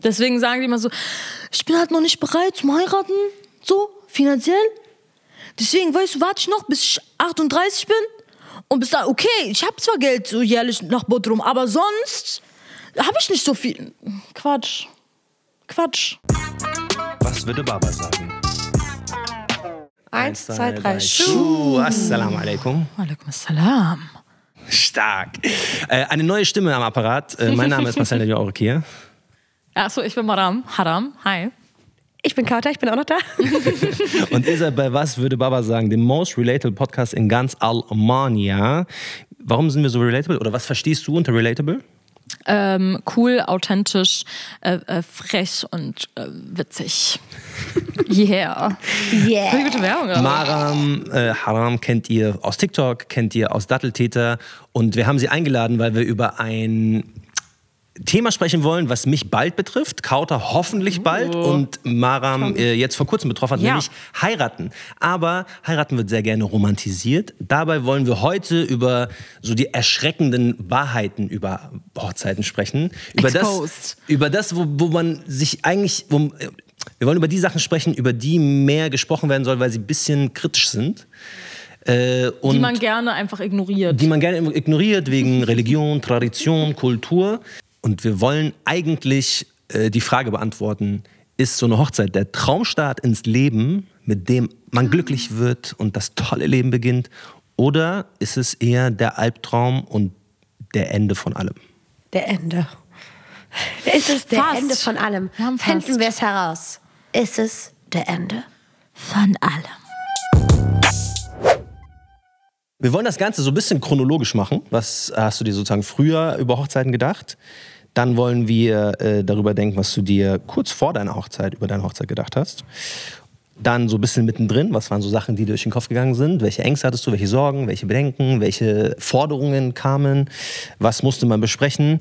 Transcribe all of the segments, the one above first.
Deswegen sagen die immer so, ich bin halt noch nicht bereit zum Heiraten, so, finanziell. Deswegen, weißt du, warte ich noch, bis ich 38 bin. Und bis da, okay, ich habe zwar Geld so jährlich nach Bodrum, aber sonst habe ich nicht so viel. Quatsch. Was würde Baba sagen? 1, 2, 3, Assalamu alaikum. Alaikum assalam. Stark. Eine neue Stimme am Apparat. Mein Name ist Marcel Nadior hier. Achso, ich bin Haram. Hi. Ich bin Kauta, ich bin auch noch da. Und ihr seid bei Was würde Baba sagen, dem most relatable Podcast in ganz Almania. Warum sind wir so relatable? Oder was verstehst du unter relatable? Cool, authentisch, frech und witzig. Yeah. Yeah. Gute Werbung. Maram Haram kennt ihr aus TikTok, kennt ihr aus Datteltäter. Und wir haben sie eingeladen, weil wir über ein Thema sprechen wollen, was mich bald betrifft, Kauta hoffentlich bald und Maram jetzt vor kurzem betroffen hat, nämlich heiraten. Aber heiraten wird sehr gerne romantisiert. Dabei wollen wir heute über so die erschreckenden Wahrheiten über Hochzeiten sprechen. Über das, wo man sich eigentlich... wir wollen über die Sachen sprechen, über die mehr gesprochen werden soll, weil sie ein bisschen kritisch sind. Und die man gerne einfach ignoriert. Die man gerne ignoriert wegen Religion, Tradition, Kultur. Und wir wollen eigentlich die Frage beantworten, ist so eine Hochzeit der Traumstart ins Leben, mit dem man glücklich wird und das tolle Leben beginnt? Oder ist es eher der Albtraum und der Ende von allem? Der Ende. Ist es der Fast. Ende von allem? Finden wir es heraus. Ist es der Ende von allem? Wir wollen das Ganze so ein bisschen chronologisch machen. Was hast du dir sozusagen früher über Hochzeiten gedacht? Dann wollen wir darüber denken, was du dir kurz vor deiner Hochzeit über deine Hochzeit gedacht hast. Dann so ein bisschen mittendrin, was waren so Sachen, die dir durch den Kopf gegangen sind? Welche Ängste hattest du, welche Sorgen, welche Bedenken, welche Forderungen kamen? Was musste man besprechen?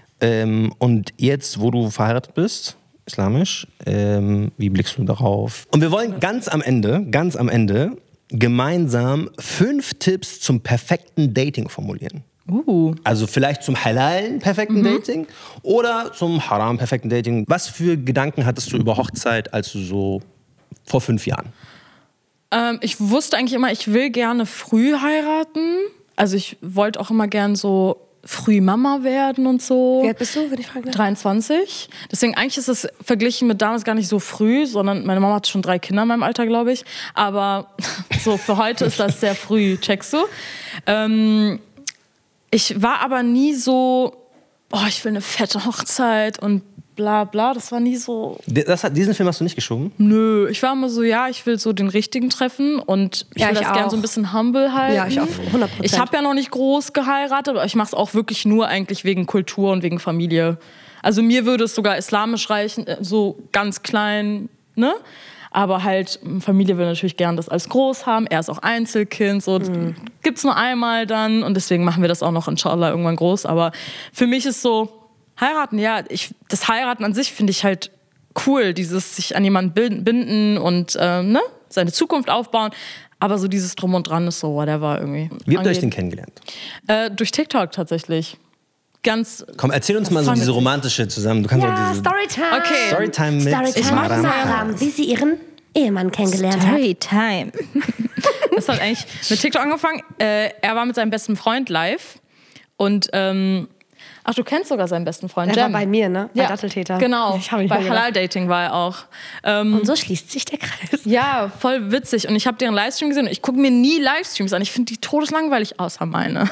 Und jetzt, wo du verheiratet bist, islamisch, wie blickst du darauf? Und wir wollen ganz am Ende gemeinsam 5 Tipps zum perfekten Dating formulieren. Also vielleicht zum halalen perfekten Dating oder zum haram perfekten Dating. Was für Gedanken hattest du über Hochzeit, als du so vor 5 Jahren? Ich wusste eigentlich immer, ich will gerne früh heiraten. Also ich wollte auch immer gern so früh Mama werden und so. Wie alt bist du, wenn ich fragen darf? 23. Deswegen eigentlich ist es verglichen mit damals gar nicht so früh, sondern meine Mama hat schon 3 Kinder in meinem Alter, glaube ich. Aber so für heute ist das sehr früh, checkst du? Ich war aber nie so, ich will eine fette Hochzeit und bla bla, das war nie so. Diesen Film hast du nicht geschoben? Nö, ich war immer so, ich will so den richtigen treffen und ich will das gerne so ein bisschen humble halten. Ja, ich auch, 100%. Ich habe ja noch nicht groß geheiratet, aber ich mache es auch wirklich nur eigentlich wegen Kultur und wegen Familie. Also mir würde es sogar islamisch reichen, so ganz klein, ne? Aber halt, Familie will natürlich gern das als groß haben. Er ist auch Einzelkind, so gibt's nur einmal dann. Und deswegen machen wir das auch noch, inshallah, irgendwann groß. Aber für mich ist so, heiraten, das Heiraten an sich finde ich halt cool. Dieses sich an jemanden binden und seine Zukunft aufbauen. Aber so dieses Drum und Dran ist so, whatever irgendwie. Wie habt ihr euch denn kennengelernt? Durch TikTok tatsächlich. Komm, erzähl uns mal so diese romantische zusammen. Du kannst auch diese Storytime. Okay. Storytime mit Maram, wie sie ihren Ehemann kennengelernt hat. Storytime. Das hat eigentlich mit TikTok angefangen. Er war mit seinem besten Freund live. Und, du kennst sogar seinen besten Freund, Der Jem. war bei mir, ne? Bei Datteltäter. Genau, Ich hab mich bei mal gedacht. Halal Dating war er auch. Und so schließt sich der Kreis. Ja, voll witzig. Und ich habe deren Livestream gesehen und ich gucke mir nie Livestreams an. Ich finde die todeslangweilig, außer meine.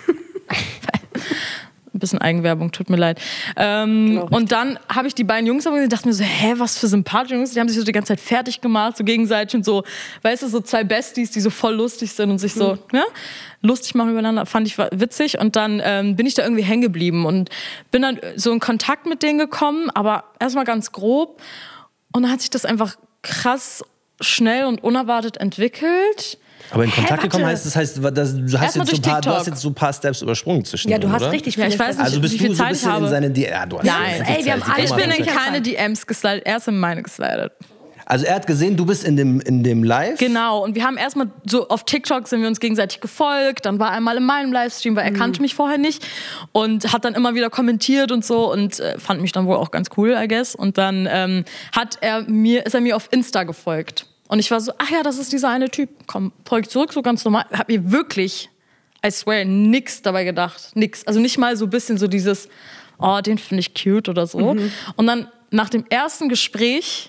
Ein bisschen Eigenwerbung, tut mir leid. Und dann habe ich die beiden Jungs aber gesehen und dachte mir so, was für sympathische Jungs. Die haben sich so die ganze Zeit fertig gemacht, so gegenseitig und so, weißt du, so 2 Besties, die so voll lustig sind und sich so lustig machen übereinander. Fand ich witzig. Und dann bin ich da irgendwie hängen geblieben und bin dann so in Kontakt mit denen gekommen, aber erstmal ganz grob. Und dann hat sich das einfach krass schnell und unerwartet entwickelt. Aber in Kontakt gekommen heißt, du hast jetzt so ein paar Steps übersprungen zwischen. Ja, du hast oder? richtig Ja, viel. ich weiß nicht, Also bist wie viel du so ein Zeit ich bisschen habe. in seine... Ja, du hast Nein. Ey, wir haben alle Ich bin in Zeit. keine DMs geslidet, er ist in meine geslidet. Also er hat gesehen, du bist in dem Live. Genau, und wir haben erstmal so auf TikTok sind wir uns gegenseitig gefolgt, dann war er mal in meinem Livestream, weil er kannte mich vorher nicht und hat dann immer wieder kommentiert und so und fand mich dann wohl auch ganz cool, I guess. Und dann ist er mir auf Insta gefolgt. Und ich war so, ach ja, das ist dieser eine Typ. Komm, folgt zurück, so ganz normal. Hab mir wirklich, I swear, nix dabei gedacht. Nix. Also nicht mal so ein bisschen so dieses, oh, den finde ich cute oder so. Und dann nach dem ersten Gespräch,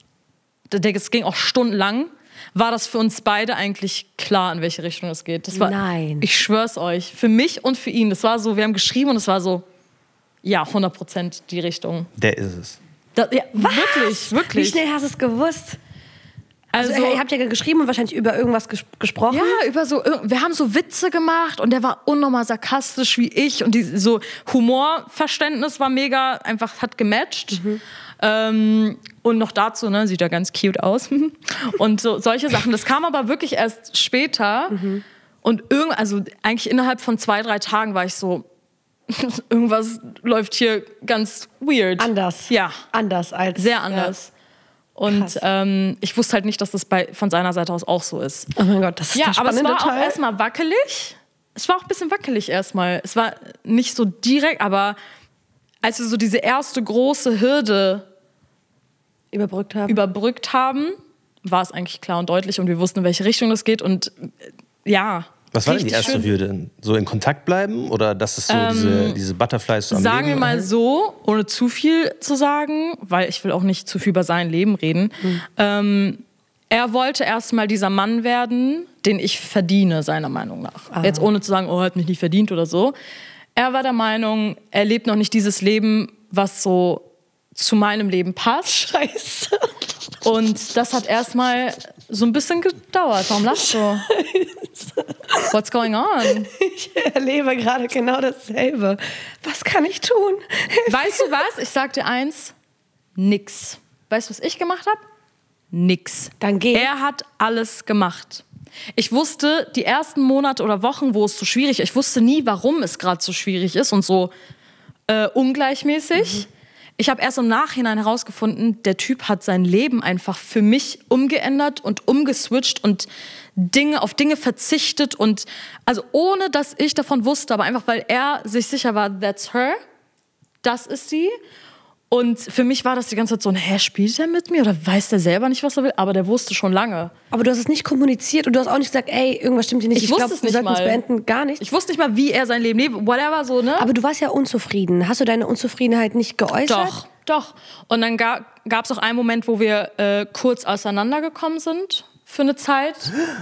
es ging auch stundenlang, war das für uns beide eigentlich klar, in welche Richtung es geht. Das war, Nein. Ich schwör's euch, für mich und für ihn. Das war so, wir haben geschrieben und es war so, ja, 100% die Richtung. Der ist es. Ja, wirklich. Wie schnell hast du es gewusst? Also ihr habt ja geschrieben und wahrscheinlich über irgendwas gesprochen. Ja, wir haben so Witze gemacht und der war unnormal sarkastisch wie ich und so Humorverständnis war mega, einfach hat gematcht. Und noch dazu, ne, sieht er ganz cute aus. Und solche Sachen. Das kam aber wirklich erst später. Und also eigentlich innerhalb von 2-3 Tagen war ich so, irgendwas läuft hier ganz weird. Anders. Ja. Anders als. Sehr anders. Ja. Und ich wusste halt nicht, dass das von seiner Seite aus auch so ist. Oh mein Gott, das ist der spannende Teil. Aber es war auch erstmal wackelig. Es war auch ein bisschen wackelig erstmal. Es war nicht so direkt, aber als wir so diese erste große Hürde überbrückt haben, war es eigentlich klar und deutlich und wir wussten, in welche Richtung das geht und ja. Was war denn die erste Hürde? So in Kontakt bleiben oder dass es so diese Butterflies so am Sagen Leben wir mal so, ohne zu viel zu sagen, weil ich will auch nicht zu viel über sein Leben reden. Er wollte erstmal dieser Mann werden, den ich verdiene, seiner Meinung nach. Jetzt ohne zu sagen, oh, er hat mich nicht verdient oder so. Er war der Meinung, er lebt noch nicht dieses Leben, was so zu meinem Leben passt. Scheiße. Und das hat erstmal so ein bisschen gedauert. Warum lachst du? What's going on? Ich erlebe gerade genau dasselbe. Was kann ich tun? Weißt du was? Ich sag dir eins. Nix. Weißt du, was ich gemacht habe? Nix. Dann geh. Er hat alles gemacht. Ich wusste die ersten Monate oder Wochen, wo es so schwierig ist, ich wusste nie, warum es gerade so schwierig ist und so ungleichmäßig. Ich habe erst im Nachhinein herausgefunden, der Typ hat sein Leben einfach für mich umgeändert und umgeswitcht und auf Dinge verzichtet und also ohne, dass ich davon wusste, aber einfach, weil er sich sicher war, that's her, das ist sie. Und für mich war das die ganze Zeit so, spielt er mit mir oder weiß der selber nicht, was er will? Aber der wusste schon lange. Aber du hast es nicht kommuniziert und du hast auch nicht gesagt, ey, irgendwas stimmt hier nicht. Ich wusste es nicht mal. Beenden, gar nichts. Ich wusste nicht mal, wie er sein Leben lebt, whatever so, ne? Aber du warst ja unzufrieden. Hast du deine Unzufriedenheit nicht geäußert? Doch. Und dann gab es auch einen Moment, wo wir kurz auseinandergekommen sind für eine Zeit.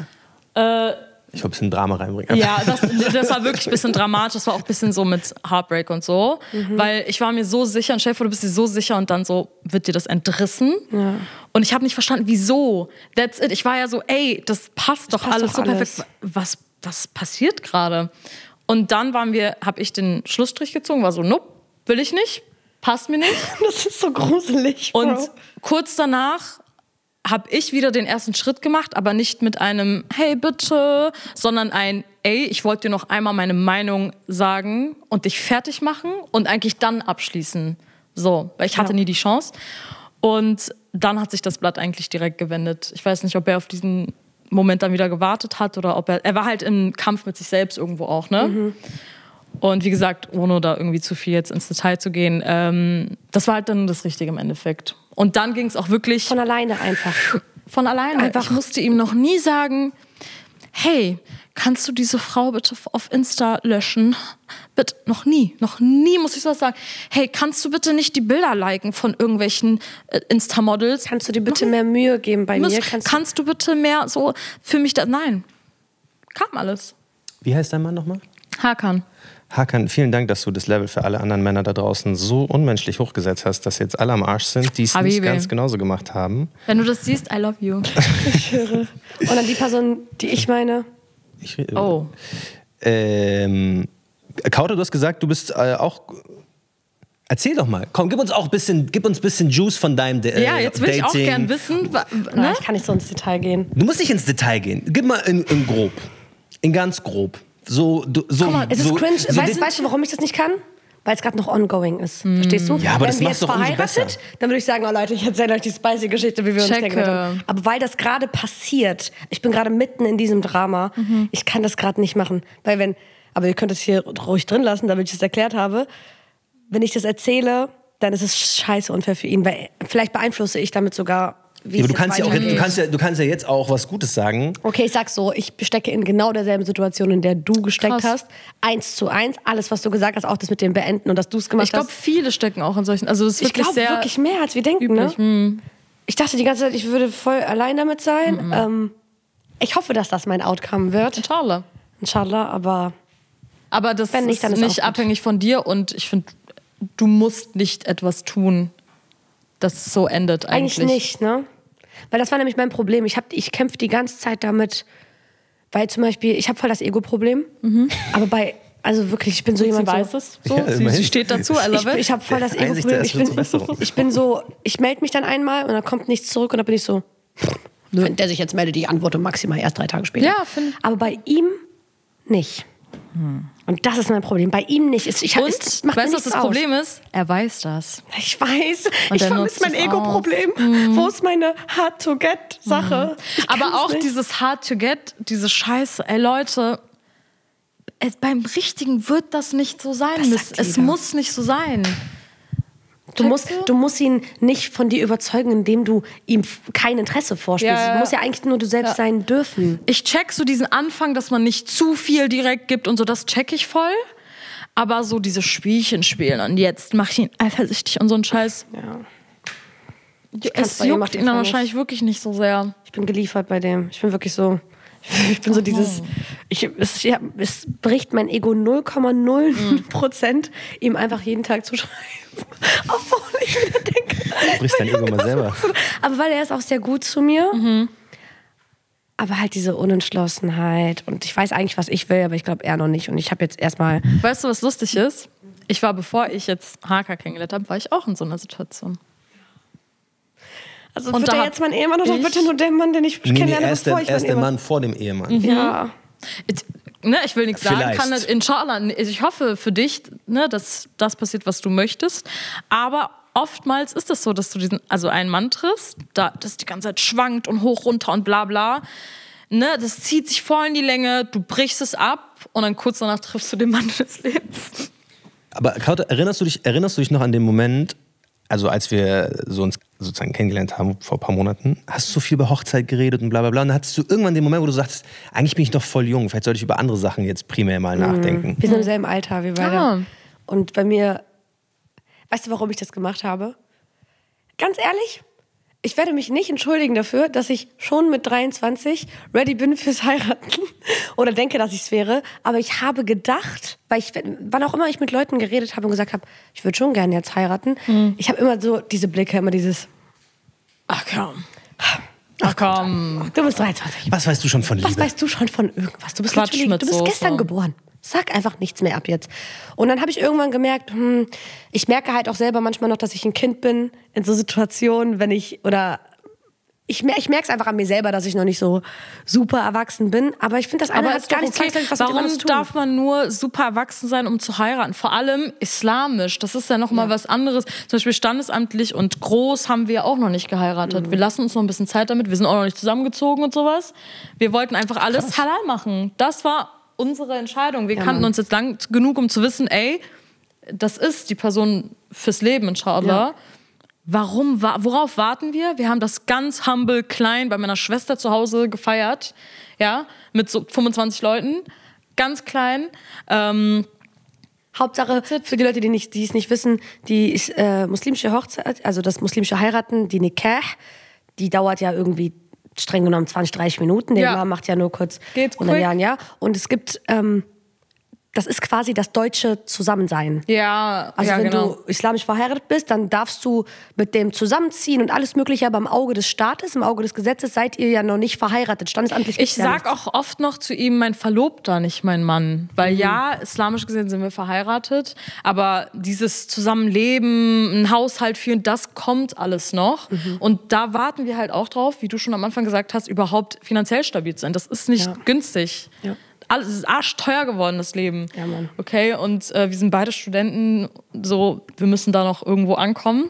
Ich wollte ein bisschen Drama reinbringen. Ja, das war wirklich ein bisschen dramatisch. Das war auch ein bisschen so mit Heartbreak und so. Weil ich war mir so sicher, und stell dir vor, du bist dir so sicher und dann so wird dir das entrissen. Ja. Und ich habe nicht verstanden, wieso. That's it. Ich war ja so, ey, das passt doch alles so perfekt. Was passiert gerade? Und dann habe ich den Schlussstrich gezogen, war so, nope, will ich nicht, passt mir nicht. Das ist so gruselig, Bro. Und kurz danach habe ich wieder den ersten Schritt gemacht, aber nicht mit einem hey, bitte, sondern ich wollte dir noch einmal meine Meinung sagen und dich fertig machen und eigentlich dann abschließen. So, weil ich hatte nie die Chance. Und dann hat sich das Blatt eigentlich direkt gewendet. Ich weiß nicht, ob er auf diesen Moment dann wieder gewartet hat oder ob er war halt im Kampf mit sich selbst irgendwo auch, ne? Und wie gesagt, ohne da irgendwie zu viel jetzt ins Detail zu gehen, das war halt dann das Richtige im Endeffekt. Und dann ging es auch wirklich... Von alleine einfach. Von alleine. Einfach. Ich musste ihm noch nie sagen, hey, kannst du diese Frau bitte auf Insta löschen? Bitte, noch nie muss ich sowas sagen. Hey, kannst du bitte nicht die Bilder liken von irgendwelchen Insta-Models? Kannst du dir bitte mehr Mühe geben bei mir? Kannst du bitte mehr so für mich Nein, kam alles. Wie heißt dein Mann nochmal? Hakan, vielen Dank, dass du das Level für alle anderen Männer da draußen so unmenschlich hochgesetzt hast, dass jetzt alle am Arsch sind, die es nicht ganz genauso gemacht haben. Wenn du das siehst, I love you. Ich höre. Und dann die Person, die ich meine. Kauter, du hast gesagt, du bist auch... Erzähl doch mal. Komm, gib uns ein bisschen Juice von deinem Dating. Ja, jetzt will ich auch gern wissen. Ne? Ich kann nicht so ins Detail gehen. Du musst nicht ins Detail gehen. Gib mal in grob. In ganz grob. Guck mal, es ist cringe. Weißt du, warum ich das nicht kann? weil es gerade noch ongoing ist. Verstehst du? Ja, aber das Wären wir machst jetzt du doch umso verheiratet, besser. dann würde ich sagen, oh Leute, ich erzähle euch die spicy Geschichte, wie wir uns kennengelernt haben. Aber weil das gerade passiert, ich bin gerade mitten in diesem Drama, ich kann das gerade nicht machen. Weil aber ihr könnt es hier ruhig drin lassen, damit ich es erklärt habe. Wenn ich das erzähle, dann ist es scheiße unfair für ihn, weil vielleicht beeinflusse ich damit sogar, wie Ja, es aber du jetzt kannst weitergeht. du kannst ja jetzt auch was Gutes sagen. Okay, ich sag's so, ich stecke in genau derselben Situation, in der du gesteckt Krass. hast. 1:1, alles, was du gesagt hast, auch das mit dem Beenden und dass du es gemacht Ich glaube, hast. viele stecken auch in solchen. Also es ist Ich wirklich glaube sehr wirklich mehr, als wir denken. üblich. Ne? Ich dachte die ganze Zeit, ich würde voll allein damit sein. Ich hoffe, dass das mein Outcome wird. Inshallah. Inshallah, Aber das Wenn nicht, ist dann ist nicht auch gut. abhängig von dir und ich finde, du musst nicht etwas tun, das so endet eigentlich. eigentlich nicht, ne? Weil das war nämlich mein Problem. Ich kämpfe die ganze Zeit damit, weil zum Beispiel, ich habe voll das Ego-Problem. Aber also wirklich, ich bin so Sie jemand weiß so... es so, Ja, sie immerhin. steht dazu, I love it. Ich habe voll das Einsicht der Ego-Problem. ersten Verbesserung. Ich bin so, ich melde mich dann einmal und dann kommt nichts zurück und dann bin ich so, wenn der sich jetzt meldet, ich antworte maximal erst 3 Tage später. Ja, finde ich. Aber bei ihm nicht. Und das ist mein Problem. Bei ihm nicht. Es macht mir Und, weißt du, was nichts das aus. Problem ist? Er weiß das. Ich weiß. Und Ich er vermisse nutzt mein es Ego-Problem. Wo ist meine Hard-to-Get-Sache? Ich kann Aber es auch nicht. dieses Hard to Get, diese Scheiße, ey Leute, beim Richtigen wird das nicht so sein Das müssen. sagt Es jeder. muss nicht so sein. Du musst ihn nicht von dir überzeugen, indem du ihm kein Interesse vorspielst. Ja, ja. Du musst ja eigentlich nur du selbst sein dürfen. Ich check so diesen Anfang, dass man nicht zu viel direkt gibt und so, das check ich voll. Aber so diese Spielchen spielen und jetzt mach ich ihn eifersüchtig und so ein Scheiß. Ja. Es bei ihm auf juckt jeden ihn dann Fall wahrscheinlich wirklich nicht so sehr. Ich bin geliefert bei dem. Ich bin wirklich so. Ich bin so dieses. Es bricht mein Ego 0,0%, ihm einfach jeden Tag zu schreiben. Obwohl ich wieder denke. Du brichst dein Ego mal selber. Aber weil er ist auch sehr gut zu mir. Aber halt diese Unentschlossenheit. Und ich weiß eigentlich, was ich will, aber ich glaube er noch nicht. Und ich habe jetzt erstmal. Weißt du, was lustig ist? Ich war, bevor ich jetzt Haka kennengelernt habe, war ich auch in so einer Situation. Also Und wird da er hab jetzt mein Ehemann oder ich- wird er nur der Mann, den ich kennenlerne, er ist bevor ich der mein Ehemann... Mann vor dem Ehemann. Ja. Ich will nichts sagen, Vielleicht. kann das, inshallah, ich hoffe für dich, dass das passiert, was du möchtest, aber oftmals ist es so, dass du einen Mann triffst, das die ganze Zeit schwankt und hoch, runter und bla bla, das zieht sich voll in die Länge, du brichst es ab und dann kurz danach triffst du den Mann des Lebens. Aber Kauter, erinnerst du dich noch an den Moment, also als wir so uns sozusagen kennengelernt haben vor ein paar Monaten, hast du so viel über Hochzeit geredet und bla bla bla und dann hattest du irgendwann den Moment, wo du sagst, eigentlich bin ich noch voll jung, vielleicht sollte ich über andere Sachen jetzt primär mal nachdenken. Wir sind im selben Alter, wir beide. Ah. Und bei mir, weißt du, warum ich das gemacht habe? Ganz ehrlich, ich werde mich nicht entschuldigen dafür, dass ich schon mit 23 ready bin fürs Heiraten oder denke, dass ich es wäre. Aber ich habe gedacht, wann auch immer ich mit Leuten geredet habe und gesagt habe, ich würde schon gerne jetzt heiraten, ich habe immer so diese Blicke, immer dieses, Ach komm. du bist 23. Was weißt du schon von Was Liebe? weißt du schon von irgendwas? Du bist, Quatsch literally- mit du bist Soße. gestern geboren. Sag einfach nichts mehr ab jetzt. Und dann habe ich irgendwann gemerkt, ich merke halt auch selber manchmal noch, dass ich ein Kind bin in so Situationen, ich merke es einfach an mir selber, dass ich noch nicht so super erwachsen bin. Aber ich finde das eine Aber hat ist gar doch nicht okay. zwangsläufig was mit dem Warum anderen zu tun. darf man nur super erwachsen sein, um zu heiraten? Vor allem islamisch. Das ist ja noch mal was anderes. Zum Beispiel standesamtlich und groß haben wir auch noch nicht geheiratet. Wir lassen uns noch ein bisschen Zeit damit. Wir sind auch noch nicht zusammengezogen und sowas. Wir wollten einfach alles halal machen. Das war unsere Entscheidung. Wir kannten uns jetzt lang genug, um zu wissen, ey, das ist die Person fürs Leben, inshallah. Ja. Worauf warten wir? Wir haben das ganz humble, klein bei meiner Schwester zu Hause gefeiert, ja, mit so 25 Leuten, ganz klein. Hauptsache, für die Leute, die es nicht wissen, die muslimische Hochzeit, also das muslimische Heiraten, die Nikah, die dauert ja irgendwie streng genommen 20, 30 Minuten. Der Ja. Imam macht ja nur kurz Geht und dann quick. ja. Und es gibt, das ist quasi das deutsche Zusammensein. Ja, Also ja, wenn genau. du islamisch verheiratet bist, dann darfst du mit dem zusammenziehen und alles mögliche, aber im Auge des Staates, im Auge des Gesetzes seid ihr ja noch nicht verheiratet. Standesamtlich Ich gibt's ja sag nichts. auch oft noch zu ihm, mein Verlobter, nicht mein Mann. Weil ja, islamisch gesehen sind wir verheiratet, aber dieses Zusammenleben, ein Haushalt führen, das kommt alles noch. Und da warten wir halt auch drauf, wie du schon am Anfang gesagt hast, überhaupt finanziell stabil zu sein. Das ist nicht günstig. Ja. alles ist arschteuer geworden, das Leben. Ja, Mann. Okay, und wir sind beide Studenten, so, wir müssen da noch irgendwo ankommen.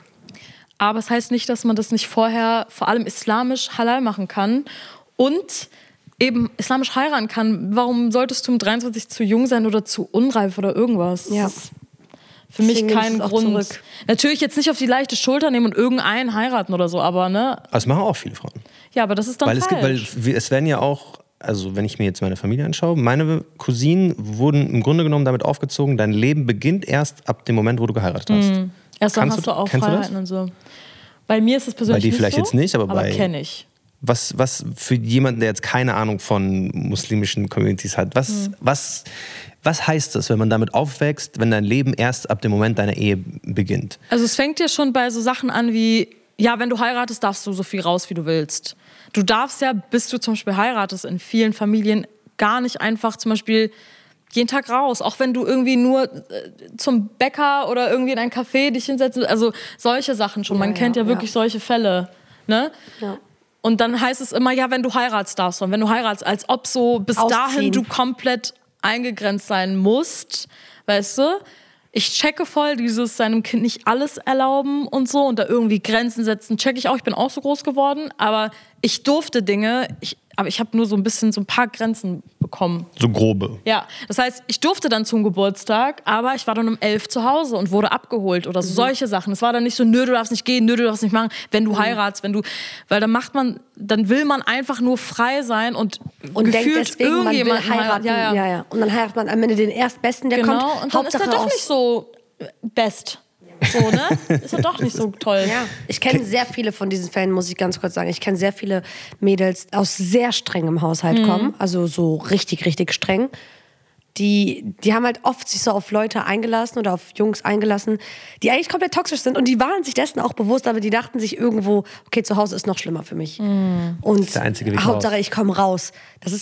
Aber es heißt nicht, dass man das nicht vorher, vor allem islamisch, halal machen kann und eben islamisch heiraten kann. Warum solltest du mit 23 zu jung sein oder zu unreif oder irgendwas? Ja. Das ist für mich Deswegen kein nimmst du es auch Grund. zurück. Natürlich jetzt nicht auf die leichte Schulter nehmen und irgendeinen heiraten oder so, aber ne? Das machen auch viele Frauen. Ja, aber das ist dann Weil falsch. es werden ja auch, also wenn ich mir jetzt meine Familie anschaue, meine Cousinen wurden im Grunde genommen damit aufgezogen, dein Leben beginnt erst ab dem Moment, wo du geheiratet hast. Erst dann Kannst hast du auch kennst du das? Freiheiten und so. Bei mir ist es persönlich Bei dir nicht vielleicht so, jetzt nicht, aber bei- kenne ich. Was für jemanden, der jetzt keine Ahnung von muslimischen Communities hat, was heißt das, wenn man damit aufwächst, wenn dein Leben erst ab dem Moment deiner Ehe beginnt? Also es fängt ja schon bei so Sachen an wie, ja, wenn du heiratest, darfst du so viel raus, wie du willst. Du darfst ja, bis du zum Beispiel heiratest, in vielen Familien gar nicht einfach zum Beispiel jeden Tag raus. Auch wenn du irgendwie nur zum Bäcker oder irgendwie in ein Café dich hinsetzt. Also solche Sachen schon. Man kennt ja wirklich solche Fälle. Ne? Ja. Und dann heißt es immer, ja, wenn du heiratst, darfst du. Und wenn du heiratst, als ob so bis dahin Ausziehen. du komplett eingegrenzt sein musst, weißt du? Ich checke voll dieses seinem Kind nicht alles erlauben und so und da irgendwie Grenzen setzen, checke ich auch. Ich bin auch so groß geworden, aber ich durfte Dinge, aber ich habe nur so ein paar Grenzen bekommen. So grobe. Ja, das heißt, ich durfte dann zum Geburtstag, aber ich war dann um 11 zu Hause und wurde abgeholt oder so solche Sachen. Es war dann nicht so, nö, du darfst nicht gehen, nö, du darfst nicht machen, wenn du heiratst, weil dann will man einfach nur frei sein und denkt gefühlt deswegen, man will irgendjemanden heiraten. Ja. Und dann heiratet man am Ende den Erstbesten, der kommt. Genau, und dann ist er doch nicht so best. So, ne? Ist er doch nicht so toll. Ja, ich kenne sehr viele von diesen Fällen, muss ich ganz kurz sagen. Ich kenne sehr viele Mädels aus sehr strengem Haushalt kommen, also so richtig, richtig streng. Die haben halt oft sich so auf Leute eingelassen oder auf Jungs eingelassen, die eigentlich komplett toxisch sind und die waren sich dessen auch bewusst, aber die dachten sich irgendwo, okay, zu Hause ist noch schlimmer für mich. Und der einzige Weg Hauptsache, raus. ich komme raus.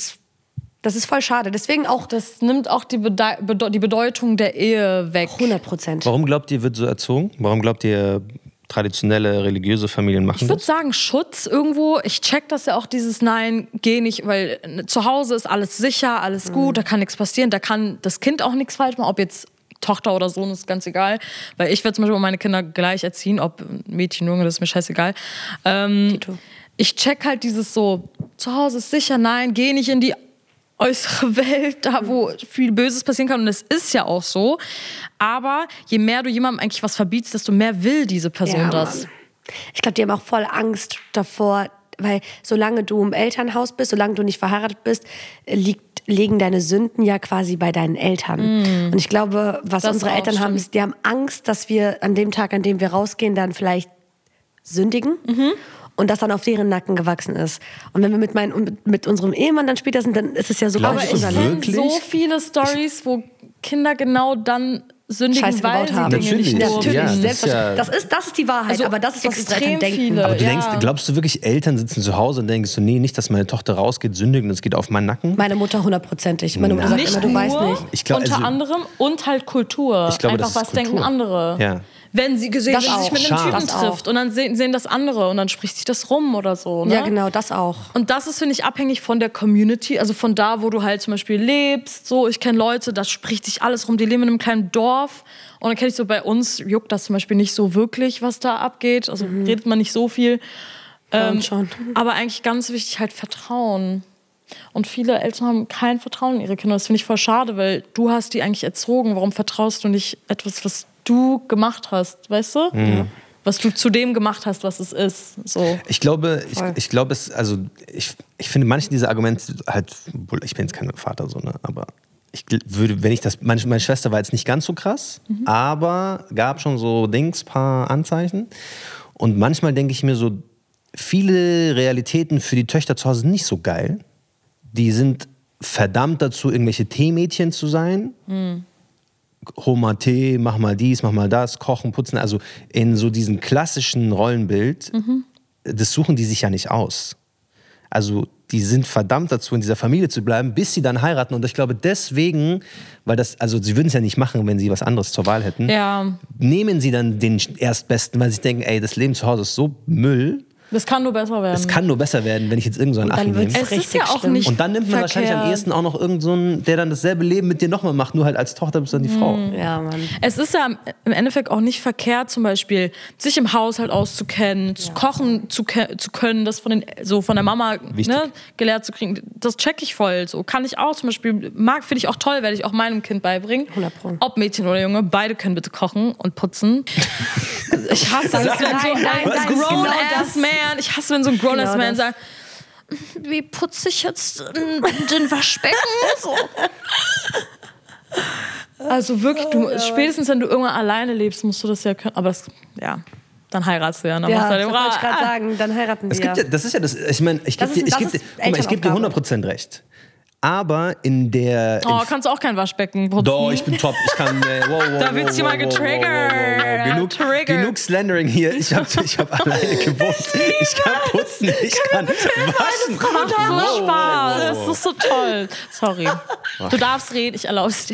Das ist voll schade. Deswegen auch Das nimmt auch die Bedeutung der Ehe weg. 100%. Warum glaubt ihr, wird so erzogen? Warum glaubt ihr, traditionelle, religiöse Familien machen Ich würde das? sagen, Schutz irgendwo. Ich check das ja auch, dieses Nein, geh nicht, weil zu Hause ist alles sicher, alles gut, da kann nichts passieren, da kann das Kind auch nichts falsch machen, ob jetzt Tochter oder Sohn, ist ganz egal. Weil ich werde zum Beispiel meine Kinder gleich erziehen, ob Mädchen, Junge, das ist mir scheißegal. Ich check halt dieses so, zu Hause ist sicher, nein, geh nicht in die äußere Welt, da wo viel Böses passieren kann. Und es ist ja auch so. Aber je mehr du jemandem eigentlich was verbietst, desto mehr will diese Person Ja, das. Mann. Ich glaube, die haben auch voll Angst davor, weil solange du im Elternhaus bist, solange du nicht verheiratet bist, liegen deine Sünden ja quasi bei deinen Eltern. Und ich glaube, was Das unsere auch, Eltern haben, stimmt. ist, die haben Angst, dass wir an dem Tag, an dem wir rausgehen, dann vielleicht sündigen. Und das dann auf deren Nacken gewachsen ist. Und wenn wir mit unserem Ehemann dann später sind, dann ist es ja so Glaubst gar du nicht unser Leben. wirklich? So viele Stories, wo Kinder genau dann sündigen, Scheiße weil gebaut sie haben. Dinge Natürlich. nicht durften. Ja, das ist Selbstverständlich. ja- Das ist die Wahrheit, Also aber das ist, was unsere extrem Eltern denken. viele. Aber du Ja. denkst, glaubst du wirklich, Eltern sitzen zu Hause und denken so, nee, nicht, dass meine Tochter rausgeht, sündigt und es geht auf meinen Nacken? Meine Mutter 100%ig. Meine Mutter sagt Nicht immer, du weißt nur, nicht. Ich glaub, unter also- anderem und halt Kultur. Ich glaube, Einfach, das ist was denken Kultur. andere. Ja. Wenn sie gesehen, Das wenn sie sich auch. mit einem Scham. Typen Das auch. trifft und dann sehen das andere und dann spricht sich das rum oder so. Ne? Ja, genau, das auch. Und das ist, finde ich, abhängig von der Community, also von da, wo du halt zum Beispiel lebst. So, ich kenne Leute, da spricht sich alles rum, die leben in einem kleinen Dorf. Und dann kenne ich so, bei uns juckt das zum Beispiel nicht so wirklich, was da abgeht. Also redet man nicht so viel. Bei uns schon. Aber eigentlich ganz wichtig halt Vertrauen. Und viele Eltern haben kein Vertrauen in ihre Kinder. Das finde ich voll schade, weil du hast die eigentlich erzogen. Warum vertraust du nicht etwas, was du gemacht hast, weißt du? Ja. Was du zu dem gemacht hast, was es ist. So. Ich glaube, ich finde manche dieser Argumente halt, obwohl ich bin jetzt kein Vater, so, ne, aber ich würde, wenn ich das, meine Schwester war jetzt nicht ganz so krass, aber gab schon so paar Anzeichen. Und manchmal denke ich mir so, viele Realitäten für die Töchter zu Hause sind nicht so geil. Die sind verdammt dazu, irgendwelche Teemädchen zu sein. Hol mal Tee, mach mal dies, mach mal das, kochen, putzen. Also in so diesem klassischen Rollenbild, das suchen die sich ja nicht aus. Also die sind verdammt dazu, in dieser Familie zu bleiben, bis sie dann heiraten. Und ich glaube deswegen, also sie würden es ja nicht machen, wenn sie was anderes zur Wahl hätten, Ja. nehmen sie dann den Erstbesten, weil sie denken, ey, das Leben zu Hause ist so Müll. Das kann nur besser werden. Es kann nur besser werden, wenn ich jetzt irgendeinen Achim nehme. Es ist ja auch nicht Und dann nimmt man wahrscheinlich am verkehrt. ehesten auch noch irgend so einen, der dann dasselbe Leben mit dir nochmal macht, nur halt als Tochter bist du dann die Frau. Ja, Mann. Es ist ja im Endeffekt auch nicht verkehrt, zum Beispiel sich im Haushalt auszukennen, kochen zu können, das von der Mama gelehrt zu kriegen. Das check ich voll. So kann ich auch zum Beispiel, finde ich auch toll, werde ich auch meinem Kind beibringen. 100%. Ob Mädchen oder Junge, beide können bitte kochen und putzen. Ich hasse es, wenn so ein Grown-Ass-Man, ich hasse, wenn so ein Grown-Ass-Man sagt, wie putze ich jetzt den Waschbecken? So. Also wirklich, spätestens wenn du irgendwann alleine lebst, musst du das ja können. Aber dann heiratst du ja. Dann machst du das wollte ich gerade sagen, dann heiraten wir. Das ist ja das, ich meine, ich gebe dir 100% recht. Aber in der... kannst du auch kein Waschbecken putzen? Doch, ich bin top. Ich kann... Da wird's hier mal getriggert. Genug Slandering hier. Ich hab alleine gewohnt. Ich kann putzen, ich kann waschen. Macht so Spaß. Das ist so toll. Sorry. Du darfst reden, ich erlaube es dir.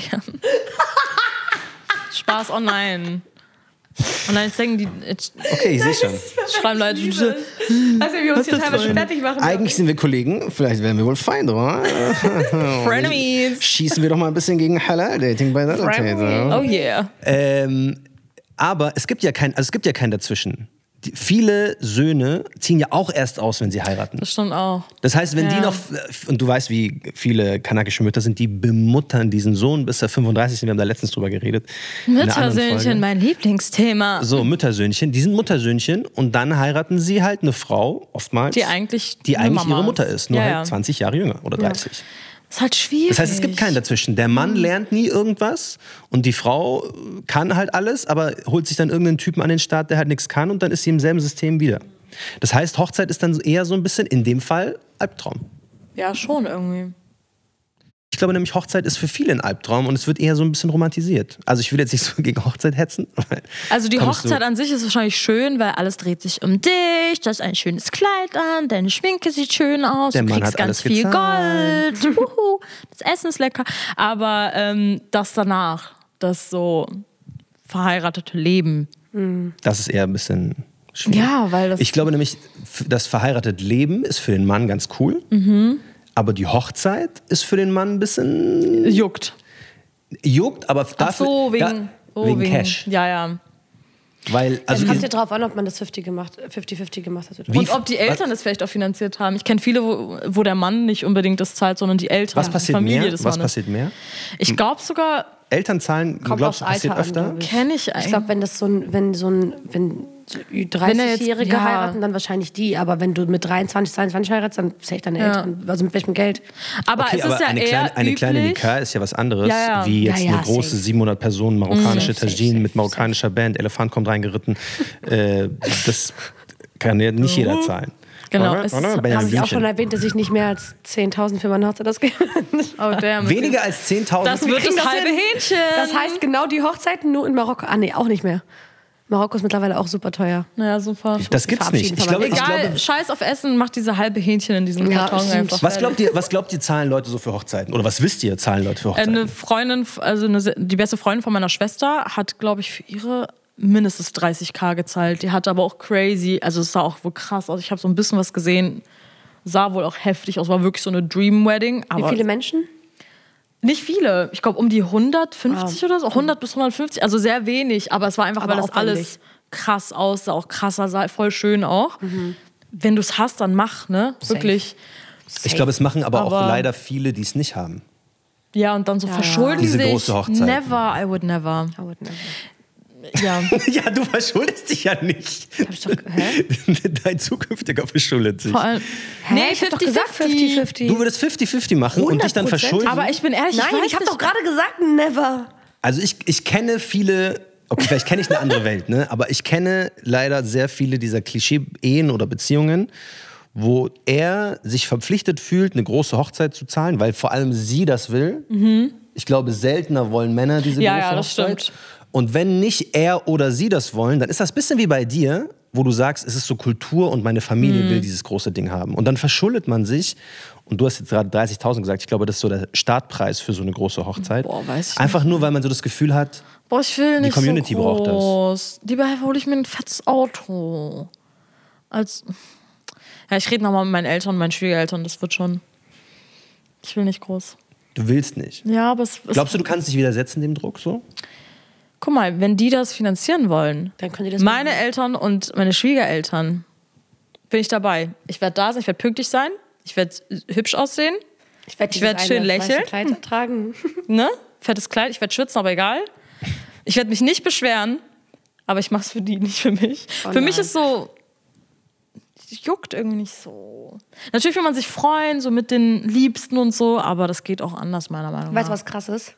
Spaß online. Und dann denken die... Okay, ich sehe schon. Schreiben Leute... Also wir uns hier teilweise fertig machen. Eigentlich sind wir Kollegen, vielleicht wären wir wohl Feinde, oder? Frenemies. Schießen wir doch mal ein bisschen gegen Halal-Dating bei der Oh yeah. Aber es gibt ja kein dazwischen. Viele Söhne ziehen ja auch erst aus, wenn sie heiraten. Das stimmt auch. Das heißt, wenn die noch, und du weißt, wie viele kanakische Mütter sind, die bemuttern diesen Sohn, bis er 35 ist. Wir haben da letztens drüber geredet. Müttersöhnchen, mein Lieblingsthema. So, Müttersöhnchen. Die sind Muttersöhnchen und dann heiraten sie halt eine Frau, oftmals, die eigentlich ihre Mutter ist. Nur halt 20 Jahre jünger oder 30. Ja. Das ist halt schwierig. Das heißt, es gibt keinen dazwischen. Der Mann lernt nie irgendwas und die Frau kann halt alles, aber holt sich dann irgendeinen Typen an den Start, der halt nichts kann und dann ist sie im selben System wieder. Das heißt, Hochzeit ist dann eher so ein bisschen, in dem Fall, Albtraum. Ja, schon irgendwie. Ich glaube nämlich, Hochzeit ist für viele ein Albtraum und es wird eher so ein bisschen romantisiert. Also ich will jetzt nicht so gegen Hochzeit hetzen. Also die Hochzeit an sich ist wahrscheinlich schön, weil alles dreht sich um dich, du hast ein schönes Kleid an, deine Schminke sieht schön aus, der du Mann kriegst hat ganz alles viel gezahlt. Gold, das Essen ist lecker. Aber das danach, das so verheiratete Leben. Das ist eher ein bisschen schwierig. Ja, weil das... Ich glaube nämlich, das verheiratete Leben ist für den Mann ganz cool. Aber die Hochzeit ist für den Mann ein bisschen... Juckt, aber dafür... Ach so, wegen Cash. Ja. Weil, also Es kommt ja drauf an, ob man das 50-50 gemacht hat. Wie- Und ob die Eltern das vielleicht auch finanziert haben. Ich kenne viele, wo der Mann nicht unbedingt das zahlt, sondern die Eltern, was die passiert Familie mehr? des Was Mannes. passiert mehr? Ich glaube sogar, Eltern zahlen, Kommt glaubst du, aufs passiert Alter an, öfter? glaub ich. kenne ich eigentlich. Ich glaube, wenn so 30-Jährige ja. heiraten, dann wahrscheinlich die. Aber wenn du mit 23, 22 heiratest, dann safe deine Eltern. Also mit welchem Geld? aber Okay, es ist aber ja eine eher kleine üblich. Nikah ist ja was anderes, Ja. wie jetzt Ja, eine große safe. 700 Personen marokkanische Safe, Tajin safe, mit marokkanischer Band, Elefant kommt reingeritten. Das kann ja nicht jeder zahlen. Genau, Oder? es ist- Oder? Habe Benjamin ich auch schon Blümchen. erwähnt, dass ich nicht mehr als 10.000 für meine Hochzeit ausgebe. Oh, damn. Weniger als 10.000. Das wird kriegen das das halbe hin. Hähnchen. Das heißt genau die Hochzeiten nur in Marokko. Ah, nee, auch nicht mehr. Marokko ist mittlerweile auch super teuer. Naja, super. Das gibt's nicht. verabschieden von meinem Egal, scheiß auf Essen, macht diese halbe Hähnchen in diesem Ja, Karton stimmt. einfach. Was glaubt ihr, zahlen Leute so für Hochzeiten? Oder was wisst ihr, zahlen Leute für Hochzeiten? Eine Freundin, also die beste Freundin von meiner Schwester, hat, glaube ich, für ihre mindestens 30.000 gezahlt. Die hatte aber auch crazy, also es sah auch wohl krass aus. Ich habe so ein bisschen was gesehen, sah wohl auch heftig aus, war wirklich so eine Dream Wedding. Aber Wie viele Menschen? nicht viele. Ich glaube um die 150 oder so, 100 bis 150, also sehr wenig. Aber es war einfach, Aber weil das aufwendig. alles krass aussah, auch krasser sah, voll schön auch. Wenn du es hast, dann mach, ne? Wirklich. Ich glaube, es machen aber auch Aber- leider viele, die es nicht haben. Ja, und dann so verschulden Diese sich. große Hochzeit. Never, I would never. Ja. Ja, du verschuldest dich ja nicht. Hab ich doch, hä? Dein zukünftiger verschuldet sich. Vor allem. Nee, ich hab doch gesagt 50-50. Du würdest 50-50 machen und dich dann 100%. verschulden. Aber ich bin ehrlich, Nein, weiß ich habe nicht. doch gerade gesagt, never. Also ich kenne viele, okay, vielleicht kenne ich eine andere Welt, ne? Aber ich kenne leider sehr viele dieser Klischee-Ehen oder Beziehungen, wo er sich verpflichtet fühlt, eine große Hochzeit zu zahlen, weil vor allem sie das will. Ich glaube, seltener wollen Männer diese Ja, große ja, das Hochzeit. stimmt. Und wenn nicht er oder sie das wollen, dann ist das ein bisschen wie bei dir, wo du sagst, es ist so Kultur und meine Familie will dieses große Ding haben. Und dann verschuldet man sich. Und du hast jetzt gerade 30.000 gesagt. Ich glaube, das ist so der Startpreis für so eine große Hochzeit. Boah, weiß ich Einfach nur, weil man so das Gefühl hat, Boah, ich will nicht Community so braucht das. groß. Lieber hole ich mir ein fettes Auto. Ja, ich rede nochmal mit meinen Eltern, meinen Schwiegereltern, das wird schon. Ich will nicht groß. Du willst nicht. Ja, aber Glaubst du, du kannst dich widersetzen dem Druck so? Guck mal, wenn die das finanzieren wollen, Dann können die das meine machen. Eltern und meine Schwiegereltern, bin ich dabei. Ich werde da sein, ich werde pünktlich sein, ich werde hübsch aussehen, ich werd schön lächeln. Kleid tragen. ne? Fettes Kleid, ich werde schwitzen, aber egal. Ich werde mich nicht beschweren, aber ich mache es für die, nicht für mich. Für mich ist so, juckt irgendwie nicht so. Natürlich will man sich freuen, so mit den Liebsten und so, aber das geht auch anders, meiner Meinung nach. Weißt du, was krass ist?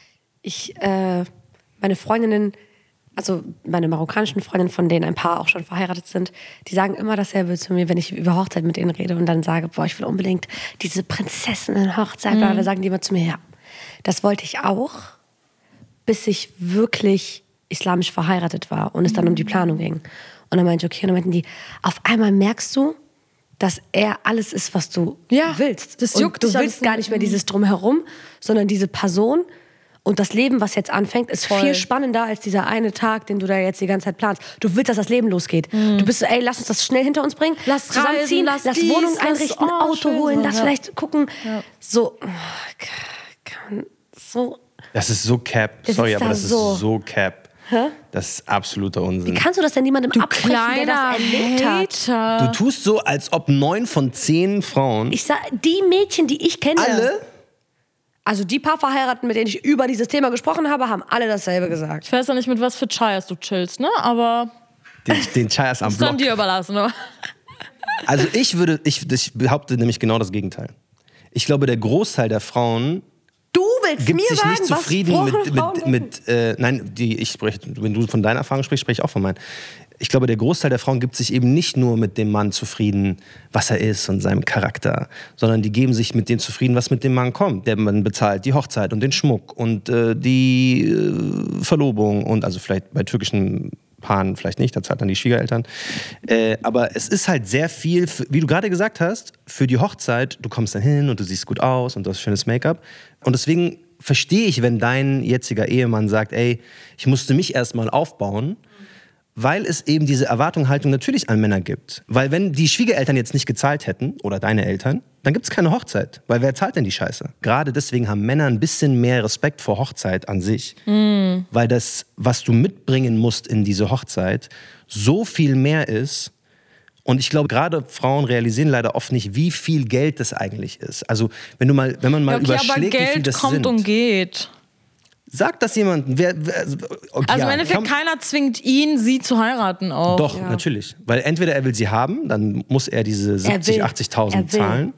Meine Freundinnen, also meine marokkanischen Freundinnen, von denen ein paar auch schon verheiratet sind, die sagen immer dasselbe zu mir, wenn ich über Hochzeit mit denen rede und dann sage, boah, ich will unbedingt diese Prinzessinnen-Hochzeit. Da sagen die immer zu mir, ja, das wollte ich auch, bis ich wirklich islamisch verheiratet war und es dann um die Planung ging. Und dann meinte ich, okay, und dann meinten die, auf einmal merkst du, dass er alles ist, was du willst. das und juckt du dich willst alles gar nicht mehr dieses Drumherum, sondern diese Person. Und das Leben, was jetzt anfängt, ist viel spannender als dieser eine Tag, den du da jetzt die ganze Zeit planst. Du willst, dass das Leben losgeht. Du bist so, ey, lass uns das schnell hinter uns bringen. Lass zusammenziehen, reisen, lass lass Wohnung dies, einrichten, lass- Auto schön holen, so, lass ja. vielleicht gucken. Ja. So, so. Das ist so cap. Das Sorry, ist aber da das ist so. so cap. Das ist absoluter Unsinn. Wie kannst du das denn niemandem abbrechen, der das erlebt hat? Hater. Du tust so, als ob 9 von 10 Frauen Ich sag, die Mädchen, die ich kenne, alle also die paar Verheirateten, mit denen ich über dieses Thema gesprochen habe, haben alle dasselbe gesagt. Ich weiß ja nicht, mit was für Chayas du chillst, ne? Aber den Chayas am ist dann Block. dir überlassen, ne? Also ich behaupte nämlich genau das Gegenteil. Ich glaube, der Großteil der Frauen Du willst gibt mir sich sagen, nicht zufrieden was wenn du von deiner Erfahrung sprichst, spreche ich auch von meinen. Ich glaube, der Großteil der Frauen gibt sich eben nicht nur mit dem Mann zufrieden, was er ist und seinem Charakter, sondern die geben sich mit dem zufrieden, was mit dem Mann kommt. Der Mann bezahlt die Hochzeit und den Schmuck und die Verlobung und also vielleicht bei türkischen Paaren vielleicht nicht, da zahlt dann die Schwiegereltern. Aber es ist halt sehr viel, wie du gerade gesagt hast, für die Hochzeit, du kommst dann hin und du siehst gut aus und du hast schönes Make-up. Und deswegen verstehe ich, wenn dein jetziger Ehemann sagt, ey, ich musste mich erstmal aufbauen, weil es eben diese Erwartungshaltung natürlich an Männer gibt. Weil wenn die Schwiegereltern jetzt nicht gezahlt hätten, oder deine Eltern, dann gibt es keine Hochzeit. Weil wer zahlt denn die Scheiße? Gerade deswegen haben Männer ein bisschen mehr Respekt vor Hochzeit an sich. Weil das, was du mitbringen musst in diese Hochzeit, so viel mehr ist. Und ich glaube, gerade Frauen realisieren leider oft nicht, wie viel Geld das eigentlich ist. Also wenn man mal Okay, überschlägt, aber wie viel Geld das kommt sind. und geht. Sag das jemandem. Okay, Also im Endeffekt, keiner zwingt ihn, sie zu heiraten auch. Doch, natürlich. Weil entweder er will sie haben, dann muss er diese 70.000, 80.000 zahlen.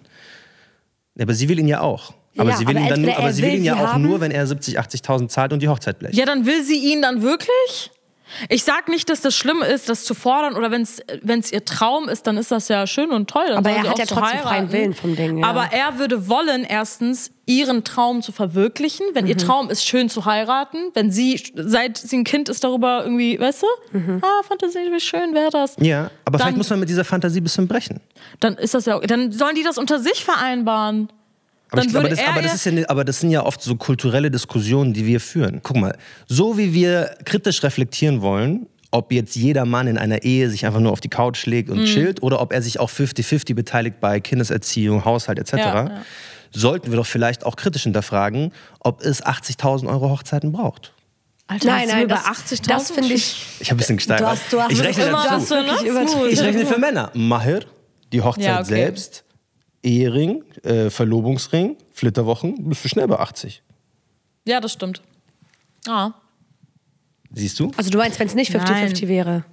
Ja, aber sie will ihn ja auch. Aber Ja, sie will aber ihn, dann, entweder aber er sie will will ihn ja sie auch haben. nur, wenn er 70.000, 80.000 zahlt und die Hochzeit blecht. Ja, dann will sie ihn dann wirklich? Ich sag nicht, dass das schlimm ist, das zu fordern oder wenn es ihr Traum ist, dann ist das ja schön und toll. Dann Aber soll er sie hat auch ja so trotzdem heiraten. freien Willen vom Ding. Ja. Aber er würde wollen, erstens, ihren Traum zu verwirklichen. Wenn ihr Traum ist, schön zu heiraten. Wenn sie, seit sie ein Kind ist, darüber irgendwie, weißt du? Fantasie, wie schön wäre das. Ja, aber Dann- vielleicht muss man mit dieser Fantasie ein bisschen brechen. Dann ist das ja, dann sollen die das unter sich vereinbaren. Aber, Dann ich glaube, würde er aber das sind ja oft so kulturelle Diskussionen, die wir führen. Guck mal, so wie wir kritisch reflektieren wollen, ob jetzt jeder Mann in einer Ehe sich einfach nur auf die Couch legt und chillt oder ob er sich auch 50-50 beteiligt bei Kindeserziehung, Haushalt etc., Ja. sollten wir doch vielleicht auch kritisch hinterfragen, ob es 80.000 Euro Hochzeiten braucht. Alter, Nein, hast du das, über 80.000? das finde ich. Ich habe ein bisschen gesteigert. Du hast ich es rechne immer dazu. so wirklich ne? übertrieben. Ich rechne für Männer. Mahir, die Hochzeit Ja, okay. selbst, Ehering, Verlobungsring, Flitterwochen, bist du schnell bei 80. Ja, das stimmt. Ah. Siehst du? Also du meinst, wenn es nicht 50-50 wäre?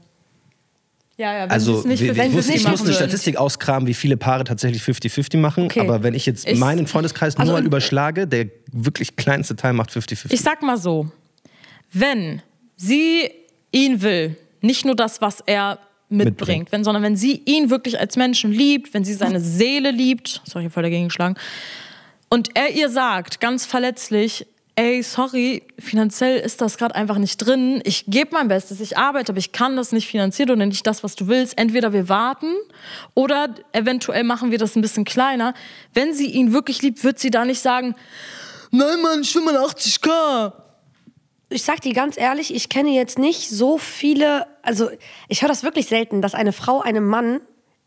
Ja, wenn Also sie es nicht für ich 50 muss machen eine würden. Statistik auskramen, wie viele Paare tatsächlich 50-50 machen. Okay. Aber wenn ich jetzt Ich- meinen Freundeskreis Also- nur mal überschlage, der wirklich kleinste Teil macht 50-50. Ich sag mal so, wenn sie ihn will, nicht nur das, was er mitbringt, sondern wenn sie ihn wirklich als Menschen liebt, wenn sie seine Seele liebt, sorry, ich hab voll dagegen geschlagen, und er ihr sagt, ganz verletzlich, ey, sorry, finanziell ist das gerade einfach nicht drin, ich gebe mein Bestes, ich arbeite, aber ich kann das nicht finanzieren oder nicht das, was du willst. Entweder wir warten oder eventuell machen wir das ein bisschen kleiner. Wenn sie ihn wirklich liebt, wird sie da nicht sagen, nein Mann, ich will mal 80.000. Ich sag dir ganz ehrlich, ich kenne jetzt nicht so viele, also ich höre das wirklich selten, dass eine Frau einem Mann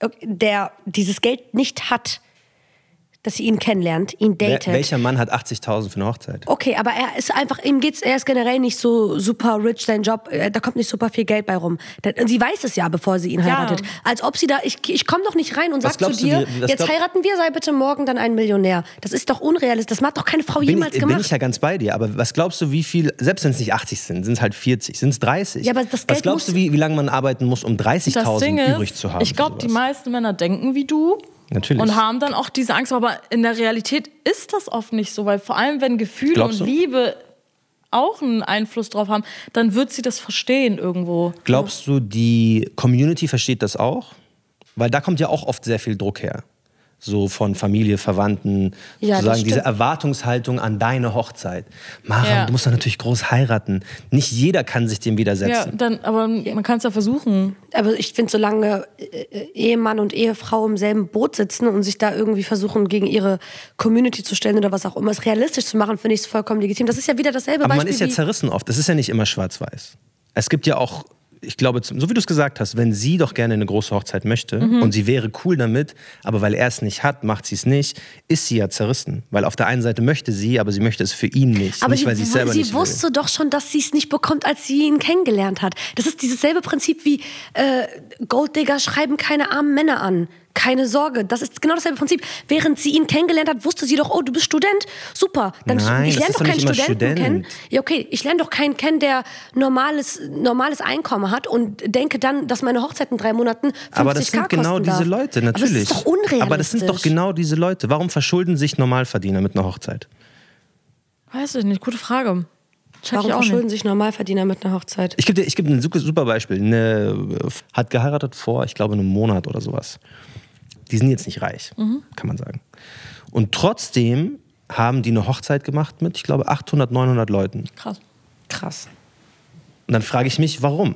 der dieses Geld nicht hat, dass sie ihn kennenlernt, ihn datet. Welcher Mann hat 80.000 für eine Hochzeit? Okay, aber er ist einfach, er ist generell nicht so super rich, sein Job, da kommt nicht super viel Geld bei rum. Und sie weiß es ja, bevor sie ihn heiratet. Als ob sie da, ich komme doch nicht rein und sag zu dir, jetzt heiraten wir, sei bitte morgen dann ein Millionär. Das ist doch unrealistisch, das macht doch keine Frau jemals gemacht. Bin ich ja ganz bei dir, aber was glaubst du, wie viel, selbst wenn es nicht 80 sind es halt 40, sind es 30? Ja, aber das Geld was glaubst du, wie lange man arbeiten muss, um 30.000 übrig zu haben? Ich glaube, die meisten Männer denken wie du. Natürlich. Und haben dann auch diese Angst, aber in der Realität ist das oft nicht so, weil vor allem, wenn Gefühle und Liebe auch einen Einfluss drauf haben, dann wird sie das verstehen irgendwo. Glaubst du, die Community versteht das auch? Weil da kommt ja auch oft sehr viel Druck her. So von Familie, Verwandten, sozusagen diese Erwartungshaltung an deine Hochzeit. Mara, du musst doch natürlich groß heiraten. Nicht jeder kann sich dem widersetzen. Ja, aber man kann es ja versuchen. Aber ich finde, solange Ehemann und Ehefrau im selben Boot sitzen und sich da irgendwie versuchen, gegen ihre Community zu stellen oder was auch immer, es realistisch zu machen, finde ich es vollkommen legitim. Das ist ja wieder dasselbe Aber Beispiel. Man ist ja zerrissen oft. Das ist ja nicht immer schwarz-weiß. Es gibt ja auch, ich glaube, so wie du es gesagt hast, wenn sie doch gerne eine große Hochzeit möchte und sie wäre cool damit, aber weil er es nicht hat, macht sie es nicht, ist sie ja zerrissen. Weil auf der einen Seite möchte sie, aber sie möchte es für ihn nicht. Aber nicht, weil sie selber nicht sie wusste doch schon, dass sie es nicht bekommt, als sie ihn kennengelernt hat. Das ist dieses selbe Prinzip wie Golddigger schreiben keine armen Männer an. Keine Sorge, das ist genau dasselbe Prinzip. Während sie ihn kennengelernt hat, wusste sie doch, oh, du bist Student, super. Dann Nein, ich lerne doch keinen Studenten kennen. Ja, okay, ich lerne doch keinen kennen, der normales Einkommen hat und denke dann, dass meine Hochzeit in 3 Monaten 50.000 Aber das sind genau diese Leute, natürlich. Aber das ist doch unrealistisch. Aber das sind doch genau diese Leute. Warum verschulden sich Normalverdiener mit einer Hochzeit? Weiß ich nicht, gute Frage. Warum verschulden sich Normalverdiener mit einer Hochzeit? Ich gebe ein super Beispiel. Hat geheiratet vor, ich glaube, einem Monat oder sowas. Die sind jetzt nicht reich, kann man sagen. Und trotzdem haben die eine Hochzeit gemacht mit, ich glaube, 800, 900 Leuten. Krass. Und dann frage ich mich, warum?